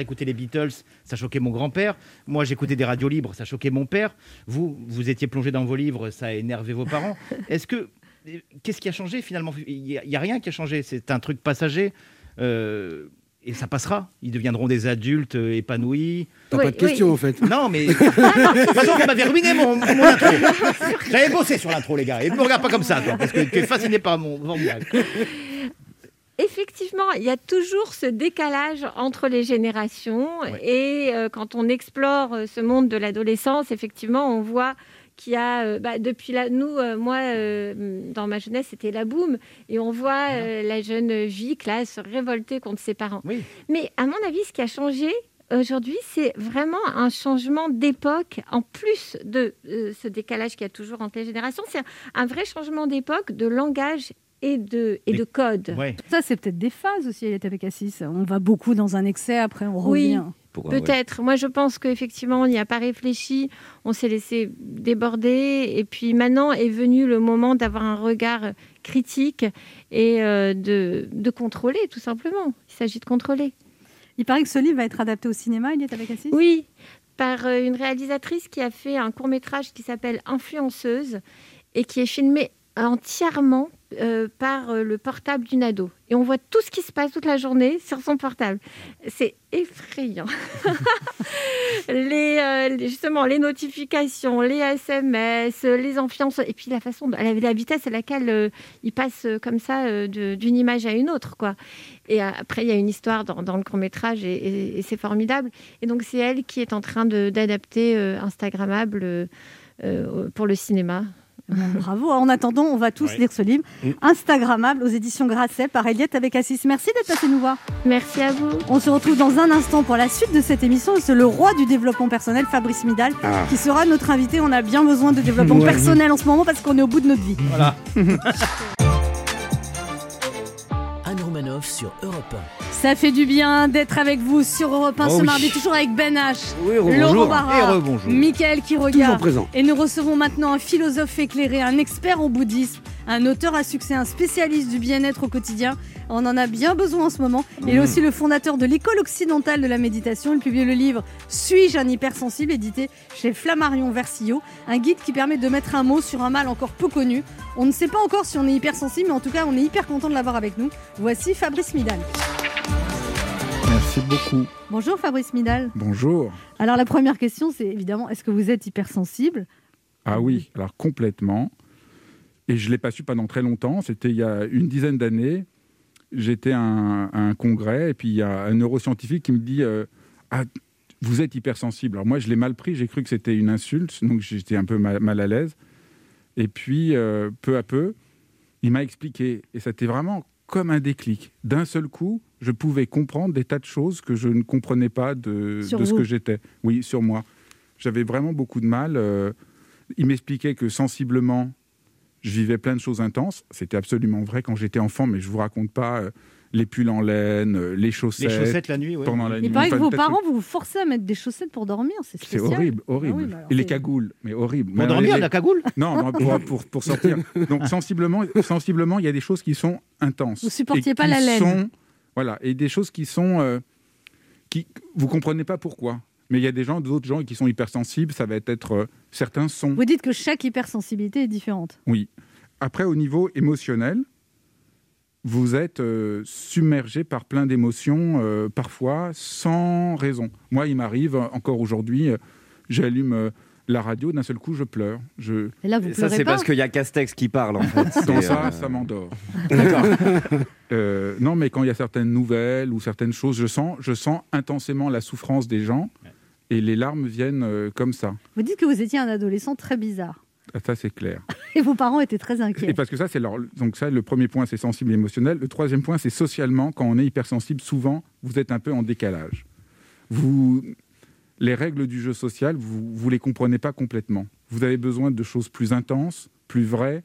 écoutait les Beatles, ça choquait mon grand-père. Moi, j'écoutais des radios libres, ça choquait mon père. Vous étiez plongé dans vos livres, ça a énervé vos parents. Qu'est-ce qui a changé finalement ? Il n'y a rien qui a changé, c'est un truc passager. Et ça passera. Ils deviendront des adultes épanouis. T'as pas de questions, en fait. Non, mais... De toute façon, vous m'avez ruiné mon intro. J'avais bossé sur l'intro, les gars. Et ne me regarde pas comme ça, toi, parce que tu es fasciné par mon langage. Effectivement, il y a toujours ce décalage entre les générations. Et quand on explore ce monde de l'adolescence, effectivement, on voit qu'il y a, depuis moi, dans ma jeunesse, c'était la boum, et on voit la jeune Vic là se révolter contre ses parents. Oui. Mais à mon avis, ce qui a changé aujourd'hui, c'est vraiment un changement d'époque, en plus de ce décalage qu'il y a toujours entre les générations. C'est un vrai changement d'époque, de langage et de code. Ouais. Ça, c'est peut-être des phases aussi, Eliette Abécassis. On va beaucoup dans un excès, après on revient. Peut-être. Ouais. Moi, je pense qu'effectivement, on n'y a pas réfléchi. On s'est laissé déborder. Et puis maintenant est venu le moment d'avoir un regard critique et de contrôler, tout simplement. Il s'agit de contrôler. Il paraît que ce livre va être adapté au cinéma, Eliette Abécassis ? Oui, par une réalisatrice qui a fait un court-métrage qui s'appelle « Influenceuse » et qui est filmé entièrement par le portable d'une ado. Et on voit tout ce qui se passe toute la journée sur son portable. C'est effrayant. Justement, les notifications, les SMS, les influences, et puis la façon, la vitesse à laquelle il passe comme ça d'une image à une autre, quoi. Et après, il y a une histoire dans le court-métrage et c'est formidable. Et donc, c'est elle qui est en train d'adapter Instagrammable pour le cinéma. Bravo. En attendant, on va tous lire ce livre, Instagrammable, aux éditions Grasset, par Eliette Abécassis. Merci d'être passé nous voir. Merci à vous. On se retrouve dans un instant pour la suite de cette émission. C'est le roi du développement personnel, Fabrice Midal, qui sera notre invité. On a bien besoin de développement personnel en ce moment parce qu'on est au bout de notre vie. Voilà. Anne Romanoff sur Europe 1. Ça fait du bien d'être avec vous sur Europe 1 ce mardi, toujours avec Ben H, Laurent Barra, Mickaël Quiroga. Et nous recevons maintenant un philosophe éclairé, un expert en bouddhisme, un auteur à succès, un spécialiste du bien-être au quotidien. On en a bien besoin en ce moment. Il est aussi le fondateur de l'école occidentale de la méditation. Il publie le livre « Suis-je un hypersensible ?» édité chez Flammarion Versillot. Un guide qui permet de mettre un mot sur un mal encore peu connu. On ne sait pas encore si on est hypersensible, mais en tout cas, on est hyper content de l'avoir avec nous. Voici Fabrice Midal. Merci beaucoup. Bonjour Fabrice Midal. Bonjour. Alors la première question, c'est évidemment, est-ce que vous êtes hypersensible ? Ah oui, alors complètement. Et je ne l'ai pas su pendant très longtemps. C'était il y a une dizaine d'années. J'étais à un congrès et puis il y a un neuroscientifique qui me dit vous êtes hypersensible. Alors moi, je l'ai mal pris. J'ai cru que c'était une insulte. Donc j'étais un peu mal à l'aise. Et puis, peu à peu, il m'a expliqué. Et c'était vraiment comme un déclic. D'un seul coup, je pouvais comprendre des tas de choses que je ne comprenais pas de ce que j'étais. Oui, sur moi. J'avais vraiment beaucoup de mal. Il m'expliquait que sensiblement, je vivais plein de choses intenses. C'était absolument vrai quand j'étais enfant, mais je ne vous raconte pas les pulls en laine, les chaussettes. Les chaussettes la nuit, oui. Pendant la nuit. Il paraît que vos parents vous forçaient à mettre des chaussettes pour dormir, c'est spécial. C'est horrible. Ah oui, et les cagoules, mais horrible. Pour dormir, la cagoule ? Non, pour sortir. Donc sensiblement, il y a des choses qui sont intenses. Vous ne supportiez pas la laine. Voilà, et des choses qui sont... vous ne comprenez pas pourquoi. Mais il y a d'autres gens qui sont hypersensibles, ça va être certains sons. Vous dites que chaque hypersensibilité est différente. Oui. Après, au niveau émotionnel, vous êtes submergé par plein d'émotions, parfois sans raison. Moi, il m'arrive, encore aujourd'hui, j'allume la radio, d'un seul coup, je pleure. Et là, vous pleurez ça, c'est pas parce qu'il y a Castex qui parle, en fait. Dans ça m'endort. D'accord. Non, mais quand il y a certaines nouvelles ou certaines choses, je sens intensément la souffrance des gens et les larmes viennent comme ça. Vous dites que vous étiez un adolescent très bizarre. Ça, c'est clair. Et vos parents étaient très inquiets. Et parce que ça, donc ça, le premier point, c'est sensible et émotionnel. Le troisième point, c'est socialement. Quand on est hypersensible, souvent, vous êtes un peu en décalage. Les règles du jeu social, vous les comprenez pas complètement. Vous avez besoin de choses plus intenses, plus vraies.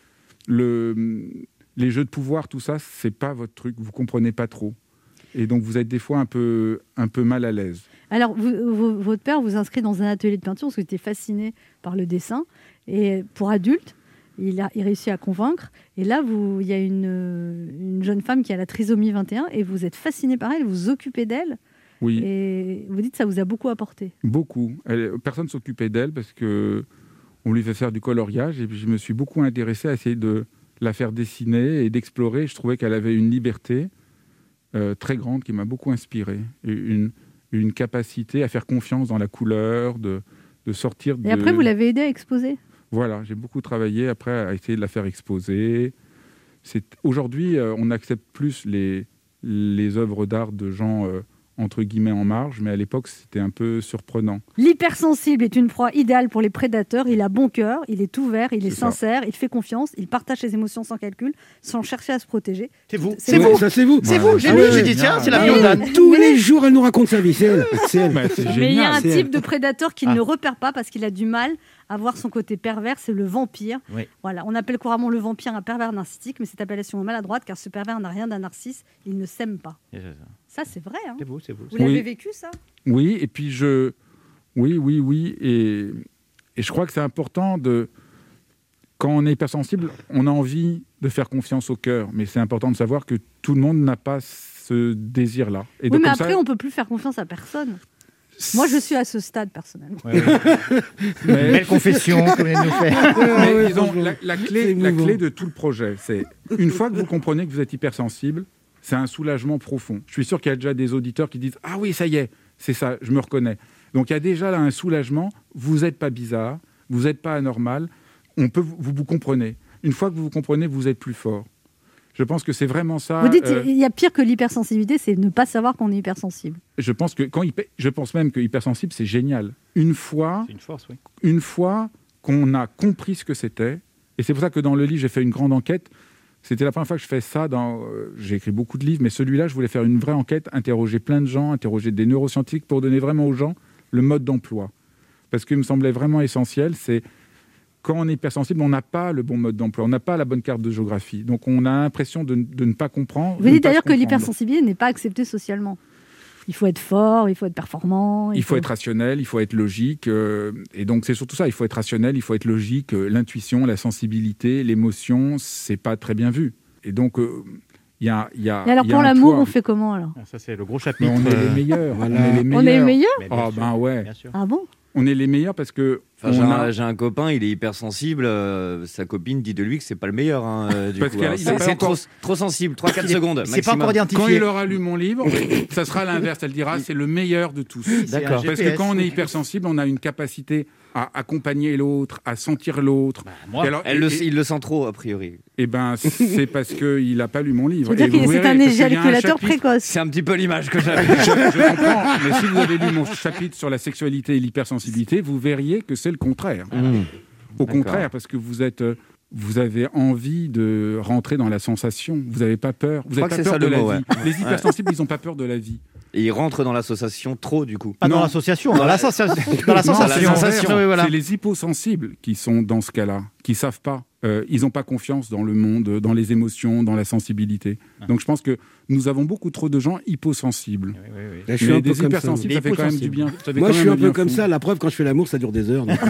Les jeux de pouvoir, tout ça, c'est pas votre truc. Vous comprenez pas trop. Et donc, vous êtes des fois un peu mal à l'aise. Alors, votre père vous inscrit dans un atelier de peinture parce que vous étiez fasciné par le dessin. Et pour adultes, il réussit à convaincre. Et là, il y a une jeune femme qui a la trisomie 21 et vous êtes fasciné par elle, vous vous occupez d'elle. Oui. Et vous dites que ça vous a beaucoup apporté. Beaucoup. Personne ne s'occupait d'elle parce qu'on lui fait faire du coloriage et puis je me suis beaucoup intéressé à essayer de la faire dessiner et d'explorer. Je trouvais qu'elle avait une liberté très grande qui m'a beaucoup inspiré. Une capacité à faire confiance dans la couleur, de sortir de... Et après, vous l'avez aidé à exposer. Voilà, j'ai beaucoup travaillé après à essayer de la faire exposer. Aujourd'hui, on accepte plus les œuvres d'art de gens entre guillemets en marge, mais à l'époque, c'était un peu surprenant. L'hypersensible est une proie idéale pour les prédateurs. Il a bon cœur, il est ouvert, il est sincère, il fait confiance, il partage ses émotions sans calcul, sans chercher à se protéger. C'est vous. C'est vous. Ça, c'est vous. C'est vous. J'ai lu, j'ai dit tiens, c'est la Biondane. Tous les jours, elle nous raconte sa vie. C'est elle. C'est elle. Mais il y a un type de prédateur qu'il ne repère pas parce qu'il a du mal à voir son côté pervers, c'est le vampire. Oui. Voilà, on appelle couramment le vampire un pervers narcissique, mais cette appellation est maladroite car ce pervers n'a rien d'un narcisse, il ne s'aime pas. Ça, c'est vrai. Hein. C'est vous. Vous l'avez vécu, ça ? Oui, et puis Oui, et je crois que c'est important quand on est hypersensible, on a envie de faire confiance au cœur, mais c'est important de savoir que tout le monde n'a pas ce désir-là. Et oui, mais après, on peut plus faire confiance à personne. Moi, je suis à ce stade, personnellement. Belle confession, comme vient de nous faire. Mais disons, la clé de tout le projet, c'est une fois que vous comprenez que vous êtes hypersensible, c'est un soulagement profond. Je suis sûr qu'il y a déjà des auditeurs qui disent « Ah oui, ça y est, c'est ça, je me reconnais ». Donc il y a déjà là un soulagement, vous n'êtes pas bizarre, vous n'êtes pas anormal, vous comprenez. Une fois que vous comprenez, vous êtes plus fort. Je pense que c'est vraiment ça. Vous dites il y a pire que l'hypersensibilité, c'est ne pas savoir qu'on est hypersensible. Je pense même que hypersensible, c'est génial. C'est une force, oui. Une fois qu'on a compris ce que c'était, et c'est pour ça que dans le livre, j'ai fait une grande enquête. C'était la première fois que je fais ça. J'ai écrit beaucoup de livres, mais celui-là, je voulais faire une vraie enquête, interroger plein de gens, interroger des neuroscientifiques pour donner vraiment aux gens le mode d'emploi. Parce qu'il me semblait vraiment essentiel, c'est quand on est hypersensible, on n'a pas le bon mode d'emploi, on n'a pas la bonne carte de géographie. Donc on a l'impression de ne pas comprendre. Vous dites d'ailleurs que l'hypersensibilité n'est pas acceptée socialement. Il faut être fort, il faut être performant. Il faut être rationnel, il faut être logique. Et donc c'est surtout ça, il faut être rationnel, il faut être logique. L'intuition, la sensibilité, l'émotion, c'est pas très bien vu. Et donc il y a et alors pour l'amour, on fait comment alors ? Ça c'est le gros chapitre. On est les meilleurs. Voilà. On est les meilleurs ? Ah ben ouais. Ah bon ? On est les meilleurs parce que... J'ai un copain, il est hypersensible. Sa copine dit de lui que c'est pas le meilleur. C'est trop sensible, 3-4 secondes. C'est pas encore identifié. Quand il aura lu mon livre, ça sera l'inverse. Elle dira c'est le meilleur de tous. D'accord. Parce que quand on est hypersensible, on a une capacité à accompagner l'autre, à sentir l'autre. Il le sent trop, a priori. Eh ben, c'est parce qu'il n'a pas lu mon livre. C'est-à-dire que c'est un éjaculateur précoce. C'est un petit peu l'image que j'avais. Je comprends, mais si vous avez lu mon chapitre sur la sexualité et l'hypersensibilité, vous verriez que c'est le contraire. Au contraire, parce que vous avez envie de rentrer dans la sensation. Vous n'avez pas peur. Vous n'avez pas peur de la vie. Les hypersensibles, ils n'ont pas peur de la vie. Et ils rentrent dans l'association trop, du coup. Pas dans l'association, dans la sensation. C'est les hyposensibles qui sont dans ce cas-là, qui ne savent pas. Ils n'ont pas confiance dans le monde, dans les émotions, dans la sensibilité. Donc je pense que nous avons beaucoup trop de gens hyposensibles. Oui. Je suis un peu des hypersensibles, ça fait quand même du bien. Moi, je suis un peu comme ça. La preuve, quand je fais l'amour, ça dure des heures. Donc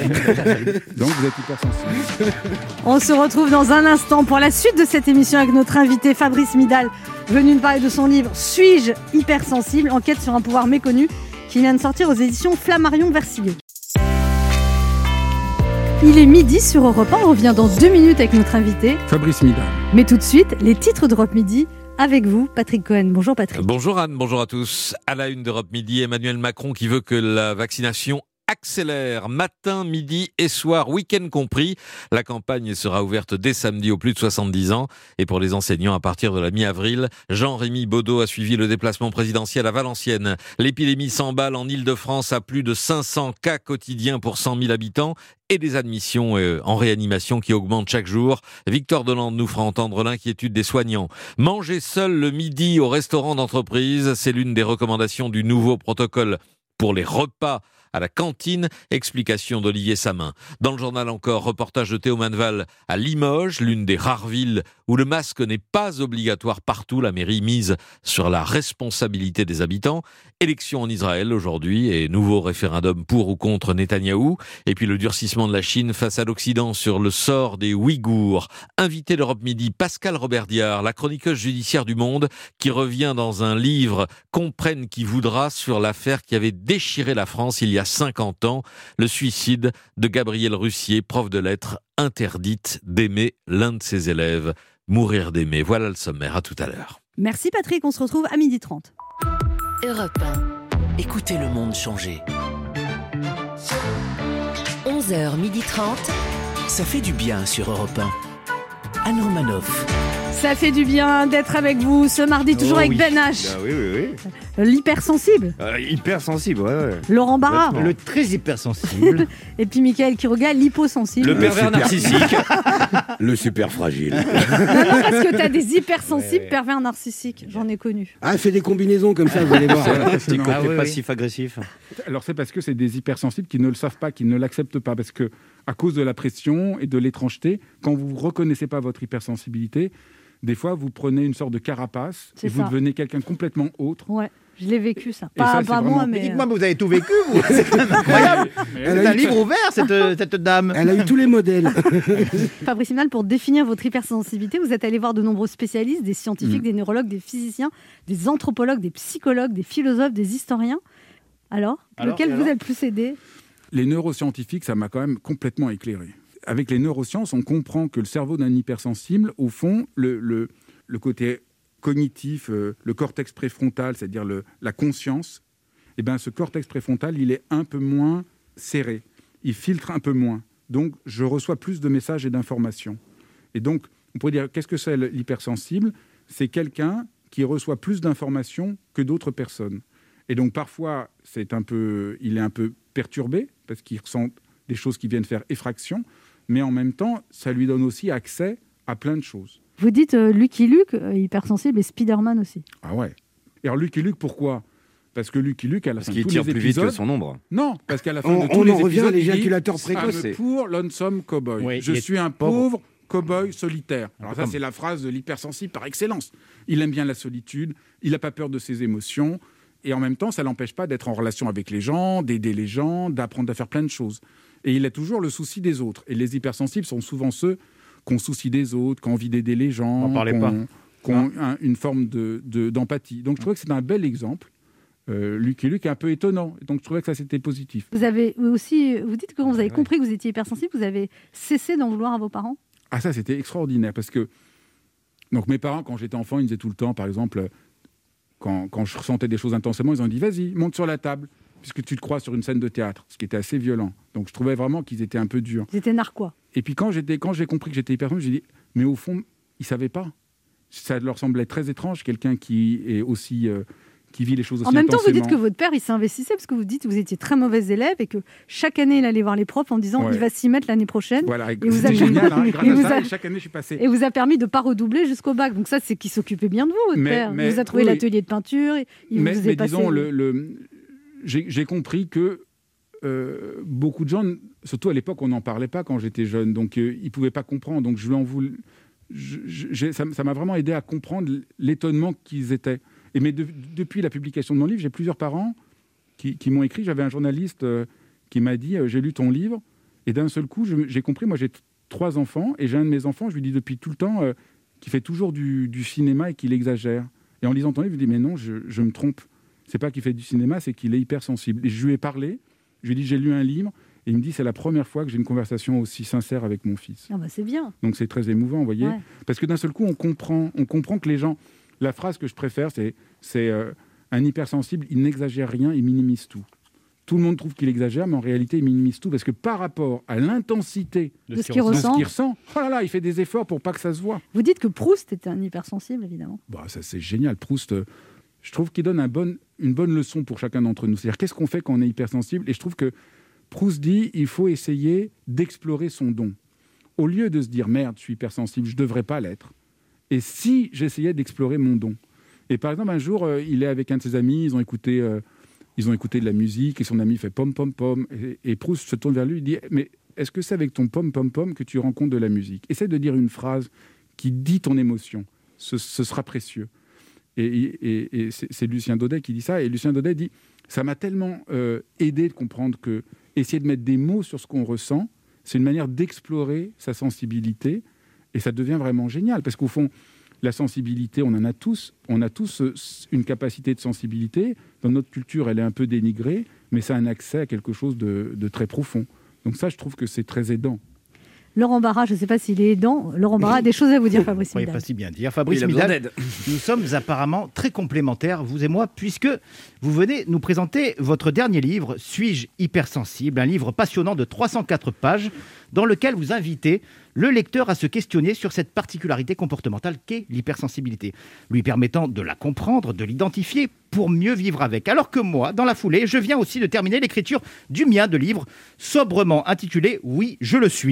vous êtes hypersensible. On se retrouve dans un instant pour la suite de cette émission avec notre invité Fabrice Midal, venu nous parler de son livre « Suis-je hypersensible ? Enquête sur un pouvoir méconnu » qui vient de sortir aux éditions Flammarion Versilleux. Il est midi sur Europe 1, on revient dans 2 minutes avec notre invité Fabrice Midal. Mais tout de suite, les titres d'Europe Midi avec vous, Patrick Cohen. Bonjour Patrick. Bonjour Anne, bonjour à tous. À la une d'Europe Midi, Emmanuel Macron qui veut que la vaccination accélère matin, midi et soir, week-end compris. La campagne sera ouverte dès samedi aux plus de 70 ans. Et pour les enseignants, à partir de la mi-avril, Jean-Rémy Baudot a suivi le déplacement présidentiel à Valenciennes. L'épidémie s'emballe en Ile-de-France à plus de 500 cas quotidiens pour 100 000 habitants et des admissions en réanimation qui augmentent chaque jour. Victor Delande nous fera entendre l'inquiétude des soignants. Manger seul le midi au restaurant d'entreprise, c'est l'une des recommandations du nouveau protocole pour les repas à la cantine, explication d'Olivier Samin. Dans le journal encore, reportage de Théo Manval à Limoges, l'une des rares villes où le masque n'est pas obligatoire partout. La mairie mise sur la responsabilité des habitants. Élection en Israël aujourd'hui et nouveau référendum pour ou contre Netanyahou. Et puis le durcissement de la Chine face à l'Occident sur le sort des Ouïghours. Invité d'Europe Midi, Pascal Robert-Diard, la chroniqueuse judiciaire du Monde, qui revient dans un livre « Comprenne qui voudra » sur l'affaire qui avait déchiré la France il y a 50 ans, le suicide de Gabriel Russier, prof de lettres, interdite d'aimer l'un de ses élèves. Mourir d'aimer, voilà le sommaire, à tout à l'heure. Merci Patrick, on se retrouve à 12h30. Europe 1. Écoutez le monde changer. 11h30. Ça fait du bien sur Europe 1. Anne Romanoff. Ça fait du bien d'être avec vous ce mardi, toujours avec Ben H. Oui. L'hypersensible. Hypersensible, ouais. Laurent Barra. Le très hypersensible. Et puis Mickaël Quiroga, l'hyposensible. Le pervers narcissique. Le super fragile. Non, parce que t'as des hypersensibles pervers narcissiques. J'en ai connu. Ah, fais des combinaisons comme ça, vous allez voir. Petit côté passif-agressif. Alors c'est parce que c'est des hypersensibles qui ne le savent pas, qui ne l'acceptent pas, parce que à cause de la pression et de l'étrangeté, quand vous ne reconnaissez pas votre hypersensibilité, des fois vous prenez une sorte de carapace et vous devenez quelqu'un complètement autre. Ouais. Je l'ai vécu, ça. Pas moi, mais... Dites-moi, vous avez tout vécu, vous. C'est quand même incroyable. C'est un livre ouvert, cette dame. Elle a eu tous les modèles. Fabrice Himal, pour définir votre hypersensibilité, vous êtes allé voir de nombreux spécialistes, des scientifiques, des neurologues, des physiciens, des anthropologues, des psychologues, des philosophes, des historiens. Alors lequel vous a le plus aidé ? Les neuroscientifiques, ça m'a quand même complètement éclairé. Avec les neurosciences, on comprend que le cerveau d'un hypersensible, au fond, le côté cognitif, le cortex préfrontal, c'est-à-dire la conscience, eh ben, ce cortex préfrontal, il est un peu moins serré. Il filtre un peu moins. Donc, je reçois plus de messages et d'informations. Et donc, on pourrait dire, qu'est-ce que c'est l'hypersensible ? C'est quelqu'un qui reçoit plus d'informations que d'autres personnes. Et donc, parfois, il est un peu perturbé, parce qu'il ressent des choses qui viennent faire effraction, mais en même temps, ça lui donne aussi accès à plein de choses. Vous dites Lucky Luke, hypersensible, et Spider-Man aussi. Ah ouais. Et alors Lucky Luke, pourquoi ? Parce que Lucky Luke, à la fin de tous les épisodes... Parce qu'il tire plus vite que son ombre. Non, parce qu'à la fin de tous les épisodes... On en revient à l'éjaculateur précoce. « Pour lonesome cowboy. Oui, je suis un pauvre cowboy solitaire. » Alors ça, c'est la phrase de l'hypersensible par excellence. Il aime bien la solitude, il n'a pas peur de ses émotions, et en même temps, ça ne l'empêche pas d'être en relation avec les gens, d'aider les gens, d'apprendre à faire plein de choses. Et il a toujours le souci des autres. Et les hypersensibles sont souvent ceux qui ont souci des autres, qui ont envie d'aider les gens, qui ont une forme d'empathie. Donc je trouvais que c'est un bel exemple. Lucky Luke est un peu étonnant. Donc je trouvais que ça, c'était positif. Vous dites que quand vous avez compris que vous étiez hypersensible, vous avez cessé d'en vouloir à vos parents ? Ah ça, c'était extraordinaire. Parce que donc, mes parents, quand j'étais enfant, ils me disaient tout le temps, par exemple, quand je ressentais des choses intensément, ils ont dit « Vas-y, monte sur la table ». Puisque tu te crois sur une scène de théâtre, ce qui était assez violent. Donc je trouvais vraiment qu'ils étaient un peu durs. Ils étaient narquois. Et puis quand j'ai compris que j'étais hypersensible, j'ai dit, mais au fond, ils ne savaient pas. Ça leur semblait très étrange, quelqu'un qui est aussi... qui vit les choses aussi intensément. En même temps, vous dites que votre père, il s'investissait, parce que vous dites que vous étiez très mauvais élève et que chaque année, il allait voir les profs en disant il va s'y mettre l'année prochaine. Voilà, c'était génial. Grâce à ça, chaque année, je suis passé. Et vous a permis de ne pas redoubler jusqu'au bac. Donc ça, c'est qu'il s'occupait bien de vous, votre père. Il vous a trouvé l'atelier de peinture. Il vous a passé... disons, j'ai compris que beaucoup de gens, surtout à l'époque, on n'en parlait pas quand j'étais jeune, donc ils ne pouvaient pas comprendre. Donc ça m'a vraiment aidé à comprendre l'étonnement qu'ils étaient. Mais depuis la publication de mon livre, j'ai plusieurs parents qui m'ont écrit. J'avais un journaliste qui m'a dit « J'ai lu ton livre », et d'un seul coup, j'ai compris. Moi, j'ai 3 enfants, et j'ai un de mes enfants, je lui dis depuis tout le temps qu'il fait toujours du cinéma et qu'il exagère. Et en lisant ton livre, je lui dis « Mais non, je me trompe. C'est pas qu'il fait du cinéma, c'est qu'il est hypersensible. » Et je lui ai parlé, je lui ai dit « J'ai lu un livre », et il me dit « C'est la première fois que j'ai une conversation aussi sincère avec mon fils. » Ah bah c'est bien. Donc c'est très émouvant, vous voyez. Ouais. Parce que d'un seul coup, on comprend que les gens... La phrase que je préfère, c'est un hypersensible, il n'exagère rien, il minimise tout. Tout le monde trouve qu'il exagère, mais en réalité, il minimise tout, parce que par rapport à l'intensité de ce qu'il ressent, oh là là, il fait des efforts pour pas que ça se voit. Vous dites que Proust était un hypersensible, évidemment. Bah, ça, c'est génial. Proust... je trouve qu'il donne une bonne leçon pour chacun d'entre nous. C'est-à-dire, qu'est-ce qu'on fait quand on est hypersensible ? Et je trouve que Proust dit il faut essayer d'explorer son don. Au lieu de se dire « Merde, je suis hypersensible, je ne devrais pas l'être. » Et si j'essayais d'explorer mon don ? Et par exemple, un jour, il est avec un de ses amis, ils ont écouté de la musique, et son ami fait « pom, pom, pom ». Et Proust se tourne vers lui et dit « Mais est-ce que c'est avec ton pom, pom, pom que tu rends compte de la musique ? Essaie de dire une phrase qui dit ton émotion. Ce sera précieux. Et c'est Lucien Daudet qui dit ça. Et Lucien Daudet dit, ça m'a tellement aidé de comprendre que essayer de mettre des mots sur ce qu'on ressent, c'est une manière d'explorer sa sensibilité. Et ça devient vraiment génial. Parce qu'au fond, la sensibilité, on en a tous. On a tous une capacité de sensibilité. Dans notre culture, elle est un peu dénigrée, mais ça a un accès à quelque chose de très profond. Donc ça, je trouve que c'est très aidant. Laurent Barra, je ne sais pas s'il est aidant. Laurent Barra a des choses à vous dire, Fabrice Midal. Oui, pas si bien dire. Fabrice Midal, nous sommes apparemment très complémentaires, vous et moi, puisque vous venez nous présenter votre dernier livre, Suis-je hypersensible ? Un livre passionnant de 304 pages, dans lequel vous invitez le lecteur à se questionner sur cette particularité comportementale qu'est l'hypersensibilité, lui permettant de la comprendre, de l'identifier pour mieux vivre avec. Alors que moi, dans la foulée, je viens aussi de terminer l'écriture du mien de livre, sobrement intitulé « Oui, je le suis ».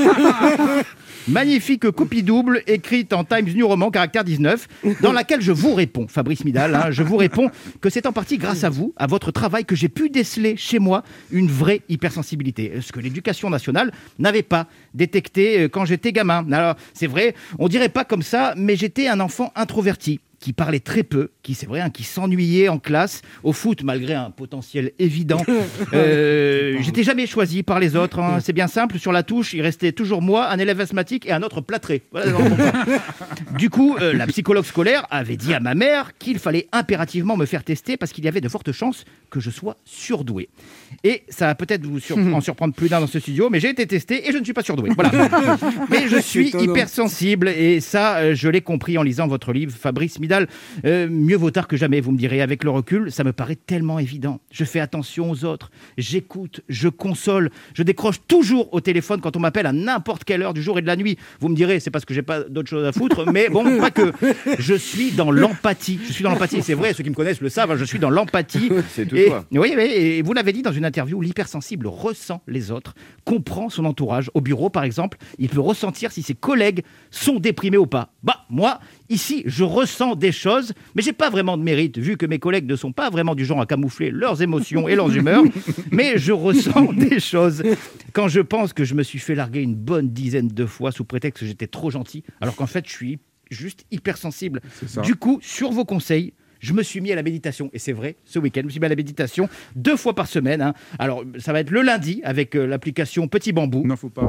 Magnifique copie double, écrite en Times New Roman, caractère 19, dans laquelle je vous réponds, Fabrice Midal, je vous réponds que c'est en partie grâce à vous, à votre travail, que j'ai pu déceler chez moi une vraie hypersensibilité, ce que l'éducation nationale n'avait pas détecté quand j'étais gamin. Alors, c'est vrai, on dirait pas comme ça, mais j'étais un enfant introverti, qui parlait très peu, qui, c'est vrai, qui s'ennuyait en classe, au foot, malgré un potentiel évident. J'étais jamais choisi par les autres, c'est bien simple, sur la touche, il restait toujours moi, un élève asthmatique et un autre plâtré. Voilà, du coup, la psychologue scolaire avait dit à ma mère qu'il fallait impérativement me faire tester parce qu'il y avait de fortes chances que je sois surdoué. Et ça va peut-être vous en surprendre plus d'un dans ce studio, mais j'ai été testé et je ne suis pas surdoué. Voilà. Mais je suis hypersensible et ça, je l'ai compris en lisant votre livre, Fabrice Midal. Mieux vaut tard que jamais, vous me direz. Avec le recul, ça me paraît tellement évident. Je fais attention aux autres, j'écoute, je console, je décroche toujours au téléphone quand on m'appelle à n'importe quelle heure du jour et de la nuit. Vous me direz, c'est parce que j'ai pas d'autre chose à foutre, mais bon, pas que. Je suis dans l'empathie. Je suis dans l'empathie, c'est vrai, ceux qui me connaissent le savent, je suis dans l'empathie. C'est tout et, toi. Oui, et vous l'avez dit dans une interview, l'hypersensible ressent les autres, comprend son entourage. Au bureau, par exemple, il peut ressentir si ses collègues sont déprimés ou pas. Bah, moi, ici, je ressens des choses, mais j'ai pas vraiment de mérite, vu que mes collègues ne sont pas vraiment du genre à camoufler leurs émotions et leurs humeurs, mais je ressens des choses. Quand je pense que je me suis fait larguer une bonne dizaine de fois sous prétexte que j'étais trop gentil, alors qu'en fait, je suis juste hypersensible. Du coup, sur vos conseils, je me suis mis à la méditation. Et c'est vrai, ce week-end, je me suis mis à la méditation 2 fois par semaine. Alors, ça va être le lundi avec l'application Petit Bambou. Non, faut pas.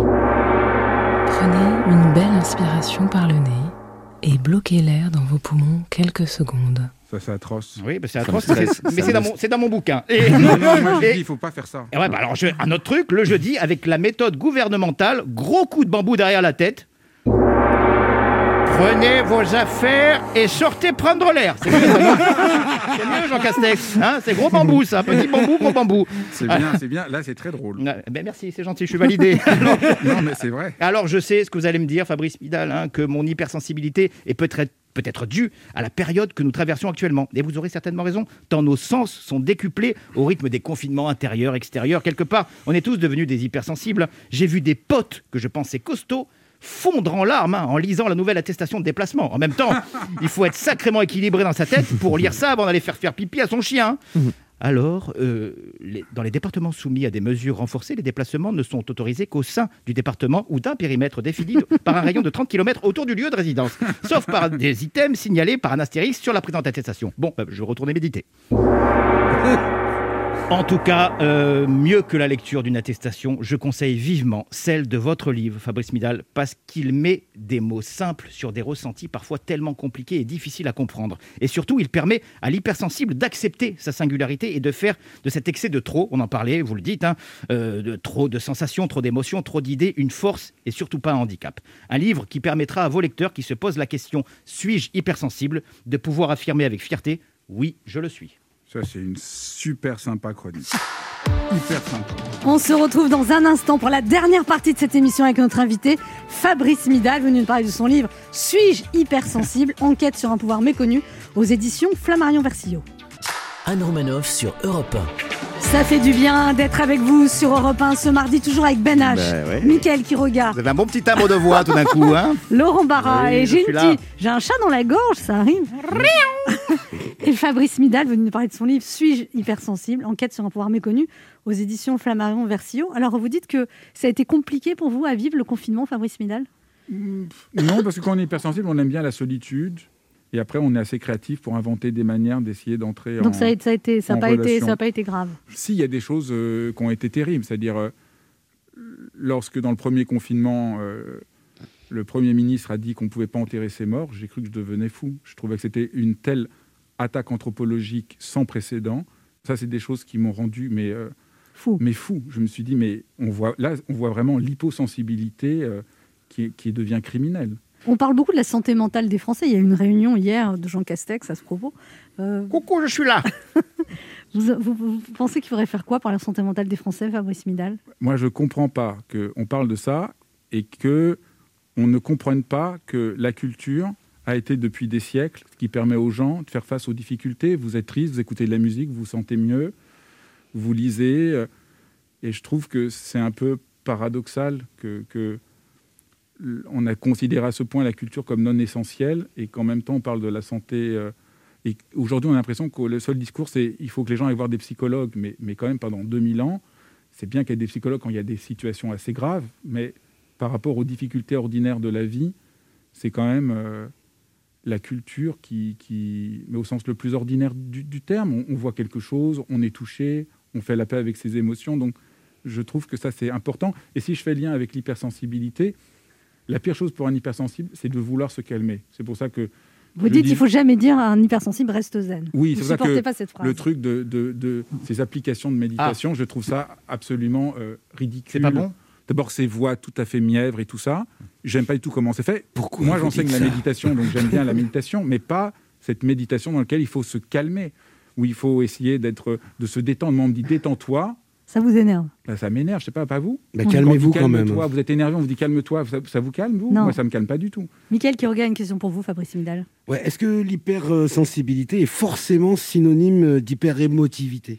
Prenez une belle inspiration par le nez et bloquez l'air dans vos poumons quelques secondes. Ça, c'est atroce. Oui, c'est atroce, mais c'est dans mon bouquin. Et, non, moi, je dis, il ne faut pas faire ça. Et ouais, alors, un autre truc, le jeudi, avec la méthode gouvernementale, gros coup de bambou derrière la tête. Prenez vos affaires et sortez prendre l'air. C'est mieux, c'est mieux, Jean Castex. C'est gros bambou, ça. Petit bambou, gros bambou. C'est bien, c'est bien. Là, c'est très drôle. Ben merci, c'est gentil, je suis validé. Alors, non, mais c'est vrai. Alors, je sais ce que vous allez me dire, Fabrice Midal, que mon hypersensibilité est peut-être due à la période que nous traversons actuellement. Et vous aurez certainement raison, tant nos sens sont décuplés au rythme des confinements intérieurs, extérieurs. Quelque part, on est tous devenus des hypersensibles. J'ai vu des potes que je pensais costauds fondre en larmes en lisant la nouvelle attestation de déplacement. En même temps, il faut être sacrément équilibré dans sa tête pour lire ça avant d'aller faire pipi à son chien. Alors, dans les départements soumis à des mesures renforcées, les déplacements ne sont autorisés qu'au sein du département ou d'un périmètre défini par un rayon de 30 km autour du lieu de résidence, sauf par des items signalés par un astérisque sur la présente attestation. Bon, je vais retourner méditer. En tout cas, mieux que la lecture d'une attestation, je conseille vivement celle de votre livre, Fabrice Midal, parce qu'il met des mots simples sur des ressentis parfois tellement compliqués et difficiles à comprendre. Et surtout, il permet à l'hypersensible d'accepter sa singularité et de faire de cet excès de trop, on en parlait, vous le dites, de trop de sensations, trop d'émotions, trop d'idées, une force et surtout pas un handicap. Un livre qui permettra à vos lecteurs qui se posent la question « Suis-je hypersensible ?» de pouvoir affirmer avec fierté « Oui, je le suis ». Ça, c'est une super sympa chronique. Hyper sympa. On se retrouve dans un instant pour la dernière partie de cette émission avec notre invité, Fabrice Midal, venu nous parler de son livre « Suis-je hypersensible ? Enquête sur un pouvoir méconnu » aux éditions Flammarion Versillot. Anne Romanoff sur Europe 1. Ça fait du bien d'être avec vous sur Europe 1 ce mardi, toujours avec Ben H, ouais. Mickaël qui regarde. Vous avez un bon petit timbre de voix tout d'un coup, Laurent Barra, oui, et j'ai un chat dans la gorge, ça arrive. Et Fabrice Midal venu nous parler de son livre « Suis-je hypersensible ? Enquête sur un pouvoir méconnu » aux éditions Flammarion Versillot. Alors vous dites que ça a été compliqué pour vous à vivre le confinement, Fabrice Midal ? Non, parce que quand on est hypersensible, on aime bien la solitude. Et après, on est assez créatif pour inventer des manières d'essayer d'entrer Donc ça n'a relation. pas été grave. Si, il y a des choses qui ont été terribles. C'est-à-dire, lorsque dans le premier confinement, le Premier ministre a dit qu'on ne pouvait pas enterrer ses morts, j'ai cru que je devenais fou. Je trouvais que c'était une telle attaque anthropologique sans précédent. Ça, c'est des choses qui m'ont rendu fou. Je me suis dit, mais on voit vraiment l'hyposensibilité qui devient criminelle. On parle beaucoup de la santé mentale des Français. Il y a eu une réunion hier de Jean Castex à ce propos. Coucou, je suis là. Vous pensez qu'il faudrait faire quoi pour la santé mentale des Français, Fabrice Midal ? Moi, je ne comprends pas qu'on parle de ça et qu'on ne comprenne pas que la culture a été depuis des siècles ce qui permet aux gens de faire face aux difficultés. Vous êtes triste, vous écoutez de la musique, vous vous sentez mieux, vous lisez. Et je trouve que c'est un peu paradoxal que on a considéré à ce point la culture comme non essentielle et qu'en même temps on parle de la santé. Et aujourd'hui, on a l'impression que le seul discours, c'est il faut que les gens aillent voir des psychologues. Mais quand même, pendant 2000 ans, c'est bien qu'il y ait des psychologues quand il y a des situations assez graves. Mais par rapport aux difficultés ordinaires de la vie, c'est quand même la culture qui mais au sens le plus ordinaire du terme. On voit quelque chose, on est touché, on fait la paix avec ses émotions. Donc, je trouve que ça, c'est important. Et si je fais lien avec l'hypersensibilité, la pire chose pour un hypersensible, c'est de vouloir se calmer. C'est pour ça que... Vous dites qu'il ne faut jamais dire à un hypersensible « reste zen ». Oui, vous c'est pour ça que pas cette phrase. Le truc de ces applications de méditation, je trouve ça absolument ridicule. C'est pas bon ? D'abord, ces voix tout à fait mièvres et tout ça. J'aime pas du tout comment c'est fait. Pourquoi moi, j'enseigne la méditation, donc j'aime bien la méditation, mais pas cette méditation dans laquelle il faut se calmer, où il faut essayer de se détendre. Moi, on me dit « détends-toi ». Ça vous énerve ? Ça m'énerve, je sais pas vous. Calmez-vous quand même. Vous êtes énervé, on vous dit calme-toi. Ça vous calme, vous ? Non. Moi, ça me calme pas du tout. Mickaël Quiroga a une question pour vous, Fabrice Midal. Ouais, est-ce que l'hypersensibilité est forcément synonyme d'hyper-émotivité ?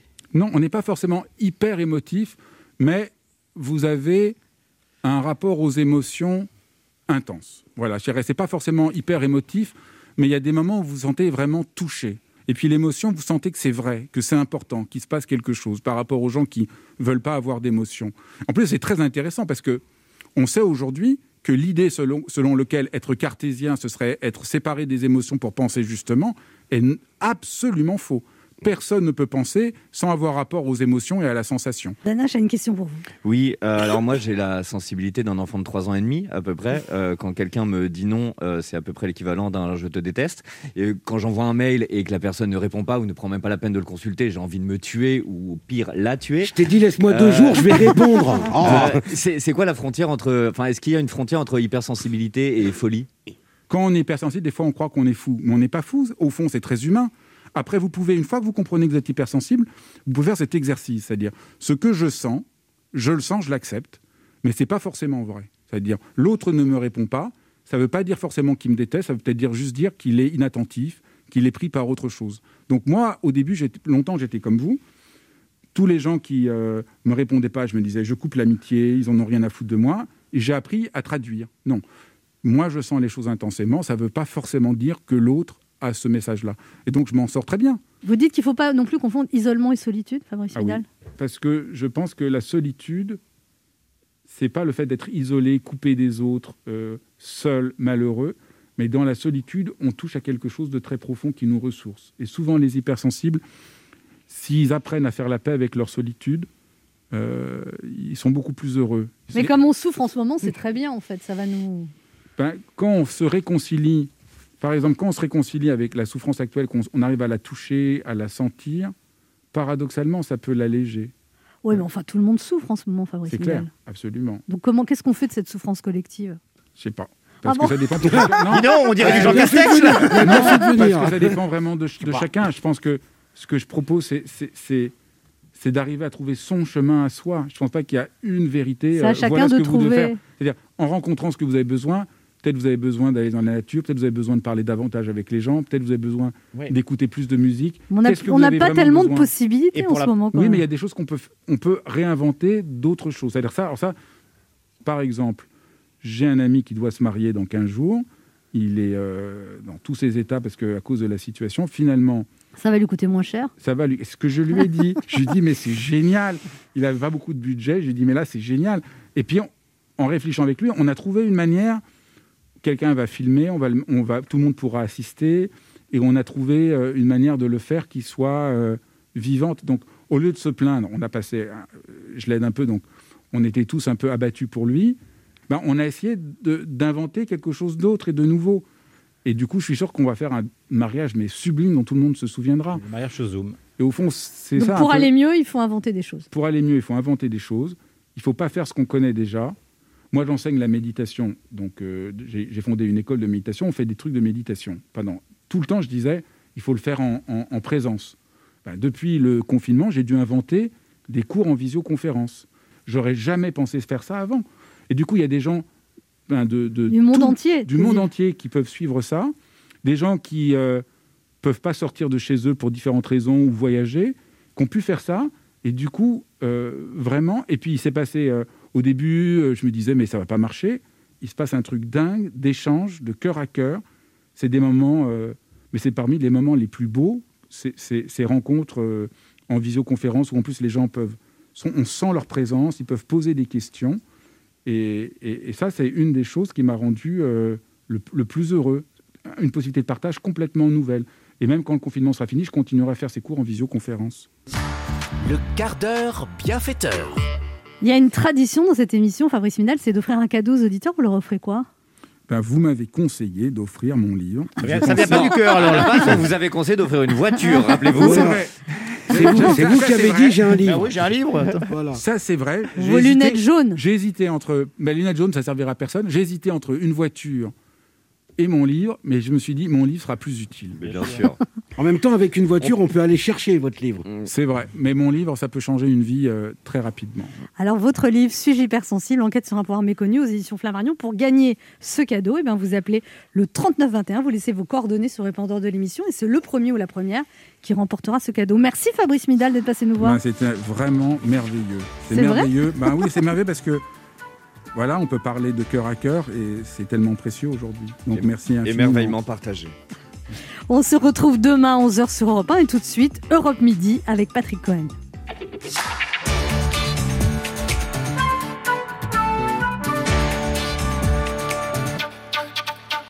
Non, on n'est pas forcément hyper émotif, mais vous avez un rapport aux émotions intense. Voilà, je dirais, c'est pas forcément hyper émotif, mais il y a des moments où vous vous sentez vraiment touché. Et puis l'émotion, vous sentez que c'est vrai, que c'est important, qu'il se passe quelque chose par rapport aux gens qui ne veulent pas avoir d'émotion. En plus, c'est très intéressant parce qu'on sait aujourd'hui que l'idée selon laquelle être cartésien, ce serait être séparé des émotions pour penser justement, est absolument faux. Personne ne peut penser sans avoir rapport aux émotions et à la sensation. Dana, j'ai une question pour vous. Oui, alors moi j'ai la sensibilité d'un enfant de 3 ans et demi à peu près. Quand quelqu'un me dit non, c'est à peu près l'équivalent d'un « je te déteste ». Et quand j'envoie un mail et que la personne ne répond pas ou ne prend même pas la peine de le consulter, j'ai envie de me tuer ou pire, la tuer. Je t'ai dit laisse-moi 2 jours, je vais répondre. C'est quoi la frontière entre... Enfin, est-ce qu'il y a une frontière entre hypersensibilité et folie ? Quand on est hypersensible, des fois on croit qu'on est fou. Mais on n'est pas fou, au fond c'est très humain. Après, vous pouvez, une fois que vous comprenez que vous êtes hypersensible, vous pouvez faire cet exercice, c'est-à-dire ce que je sens, je l'accepte, mais c'est pas forcément vrai. C'est-à-dire l'autre ne me répond pas, ça ne veut pas dire forcément qu'il me déteste, ça veut peut-être dire juste dire qu'il est inattentif, qu'il est pris par autre chose. Donc moi, au début, longtemps j'étais comme vous. Tous les gens qui me répondaient pas, je me disais je coupe l'amitié, ils en ont rien à foutre de moi, et j'ai appris à traduire. Non, moi je sens les choses intensément, ça ne veut pas forcément dire que l'autre à ce message-là. Et donc, je m'en sors très bien. Vous dites qu'il ne faut pas non plus confondre isolement et solitude, Fabrice Midal ? Oui, parce que je pense que la solitude, c'est pas le fait d'être isolé, coupé des autres, seul, malheureux, mais dans la solitude, on touche à quelque chose de très profond qui nous ressource. Et souvent, les hypersensibles, s'ils apprennent à faire la paix avec leur solitude, ils sont beaucoup plus heureux. Mais comme on souffre en ce moment, c'est très bien, en fait. Ça va nous... Quand on se réconcilie... Par exemple, quand on se réconcilie avec la souffrance actuelle, qu'on arrive à la toucher, à la sentir, paradoxalement, ça peut l'alléger. Oui, mais enfin, tout le monde souffre en ce moment, Fabrice Midal. C'est clair, absolument. Donc, qu'est-ce qu'on fait de cette souffrance collective ? Je sais pas. Parce que ça dépend... Non, on dirait du Jean Castex, là. Parce que ça dépend vraiment de chacun. Je pense que ce que je propose, c'est d'arriver à trouver son chemin à soi. Je ne pense pas qu'il y a une vérité. C'est à chacun voilà ce de que vous devez trouver... faire. C'est-à-dire, en rencontrant ce que vous avez besoin... Peut-être vous avez besoin d'aller dans la nature, peut-être vous avez besoin de parler davantage avec les gens, peut-être vous avez besoin d'écouter plus de musique. On n'a pas tellement de possibilités en ce moment. Oui, mais il y a des choses qu'on peut réinventer d'autres choses. C'est-à-dire ça, par exemple, j'ai un ami qui doit se marier dans 15 jours. Il est dans tous ses états parce qu'à cause de la situation, finalement... Ça va lui coûter moins cher. Ce que je lui ai dit, je lui ai dit, mais c'est génial. Il n'avait pas beaucoup de budget. Je lui ai dit, mais là, c'est génial. Et puis, en réfléchissant avec lui, on a trouvé une manière quelqu'un va filmer, tout le monde pourra assister, et on a trouvé une manière de le faire qui soit vivante. Donc, au lieu de se plaindre, on a passé, je l'aide un peu, donc on était tous un peu abattus pour lui, on a essayé d'inventer quelque chose d'autre et de nouveau. Et du coup, je suis sûr qu'on va faire un mariage, mais sublime, dont tout le monde se souviendra. Le mariage sur Zoom. Et au fond, c'est donc ça. Pour aller mieux, il faut inventer des choses. Pour aller mieux, il faut inventer des choses. Il ne faut pas faire ce qu'on connaît déjà. Moi, j'enseigne la méditation. Donc, j'ai fondé une école de méditation. On fait des trucs de méditation. Tout le temps, je disais, il faut le faire en présence. Depuis le confinement, j'ai dû inventer des cours en visioconférence. J'aurais jamais pensé faire ça avant. Et du coup, il y a des gens du monde entier. Du monde entier qui peuvent suivre ça. Des gens qui peuvent pas sortir de chez eux pour différentes raisons ou voyager, qui ont pu faire ça. Et du coup, vraiment... Et puis, il s'est passé... au début, je me disais, mais ça va pas marcher. Il se passe un truc dingue, d'échange, de cœur à cœur. C'est des moments... mais c'est parmi les moments les plus beaux, ces rencontres en visioconférence où, en plus, les gens on sent leur présence, ils peuvent poser des questions. Et ça, c'est une des choses qui m'a rendu le plus heureux. Une possibilité de partage complètement nouvelle. Et même quand le confinement sera fini, je continuerai à faire ces cours en visioconférence. Le quart d'heure bienfaiteur. Il y a une tradition dans cette émission, Fabrice Midal, c'est d'offrir un cadeau aux auditeurs. Vous leur offrez quoi ? Vous m'avez conseillé d'offrir mon livre. Ça vient pas du cœur, alors. Vous avez conseillé d'offrir une voiture, rappelez-vous. C'est vous qui avez dit j'ai un livre. Ah oui, j'ai un livre. Voilà. Ça, c'est vrai. Vos lunettes jaunes. J'ai hésité entre... les lunettes jaunes, ça servira à personne. J'ai hésité entre une voiture et mon livre, mais je me suis dit, mon livre sera plus utile. Mais bien sûr. En même temps, avec une voiture, on peut aller chercher votre livre. C'est vrai, mais mon livre, ça peut changer une vie très rapidement. Alors, votre livre, Suis-je hypersensible, enquête sur un pouvoir méconnu aux éditions Flammarion. Pour gagner ce cadeau, vous appelez le 3921, vous laissez vos coordonnées sur le répondeur de l'émission, et c'est le premier ou la première qui remportera ce cadeau. Merci Fabrice Midal d'être passé nous voir. C'était vraiment merveilleux. C'est merveilleux. Oui, c'est merveilleux parce que voilà, on peut parler de cœur à cœur et c'est tellement précieux aujourd'hui. Donc merci infiniment. Émerveillement partagé. On se retrouve demain à 11h sur Europe 1 et tout de suite Europe Midi avec Patrick Cohen.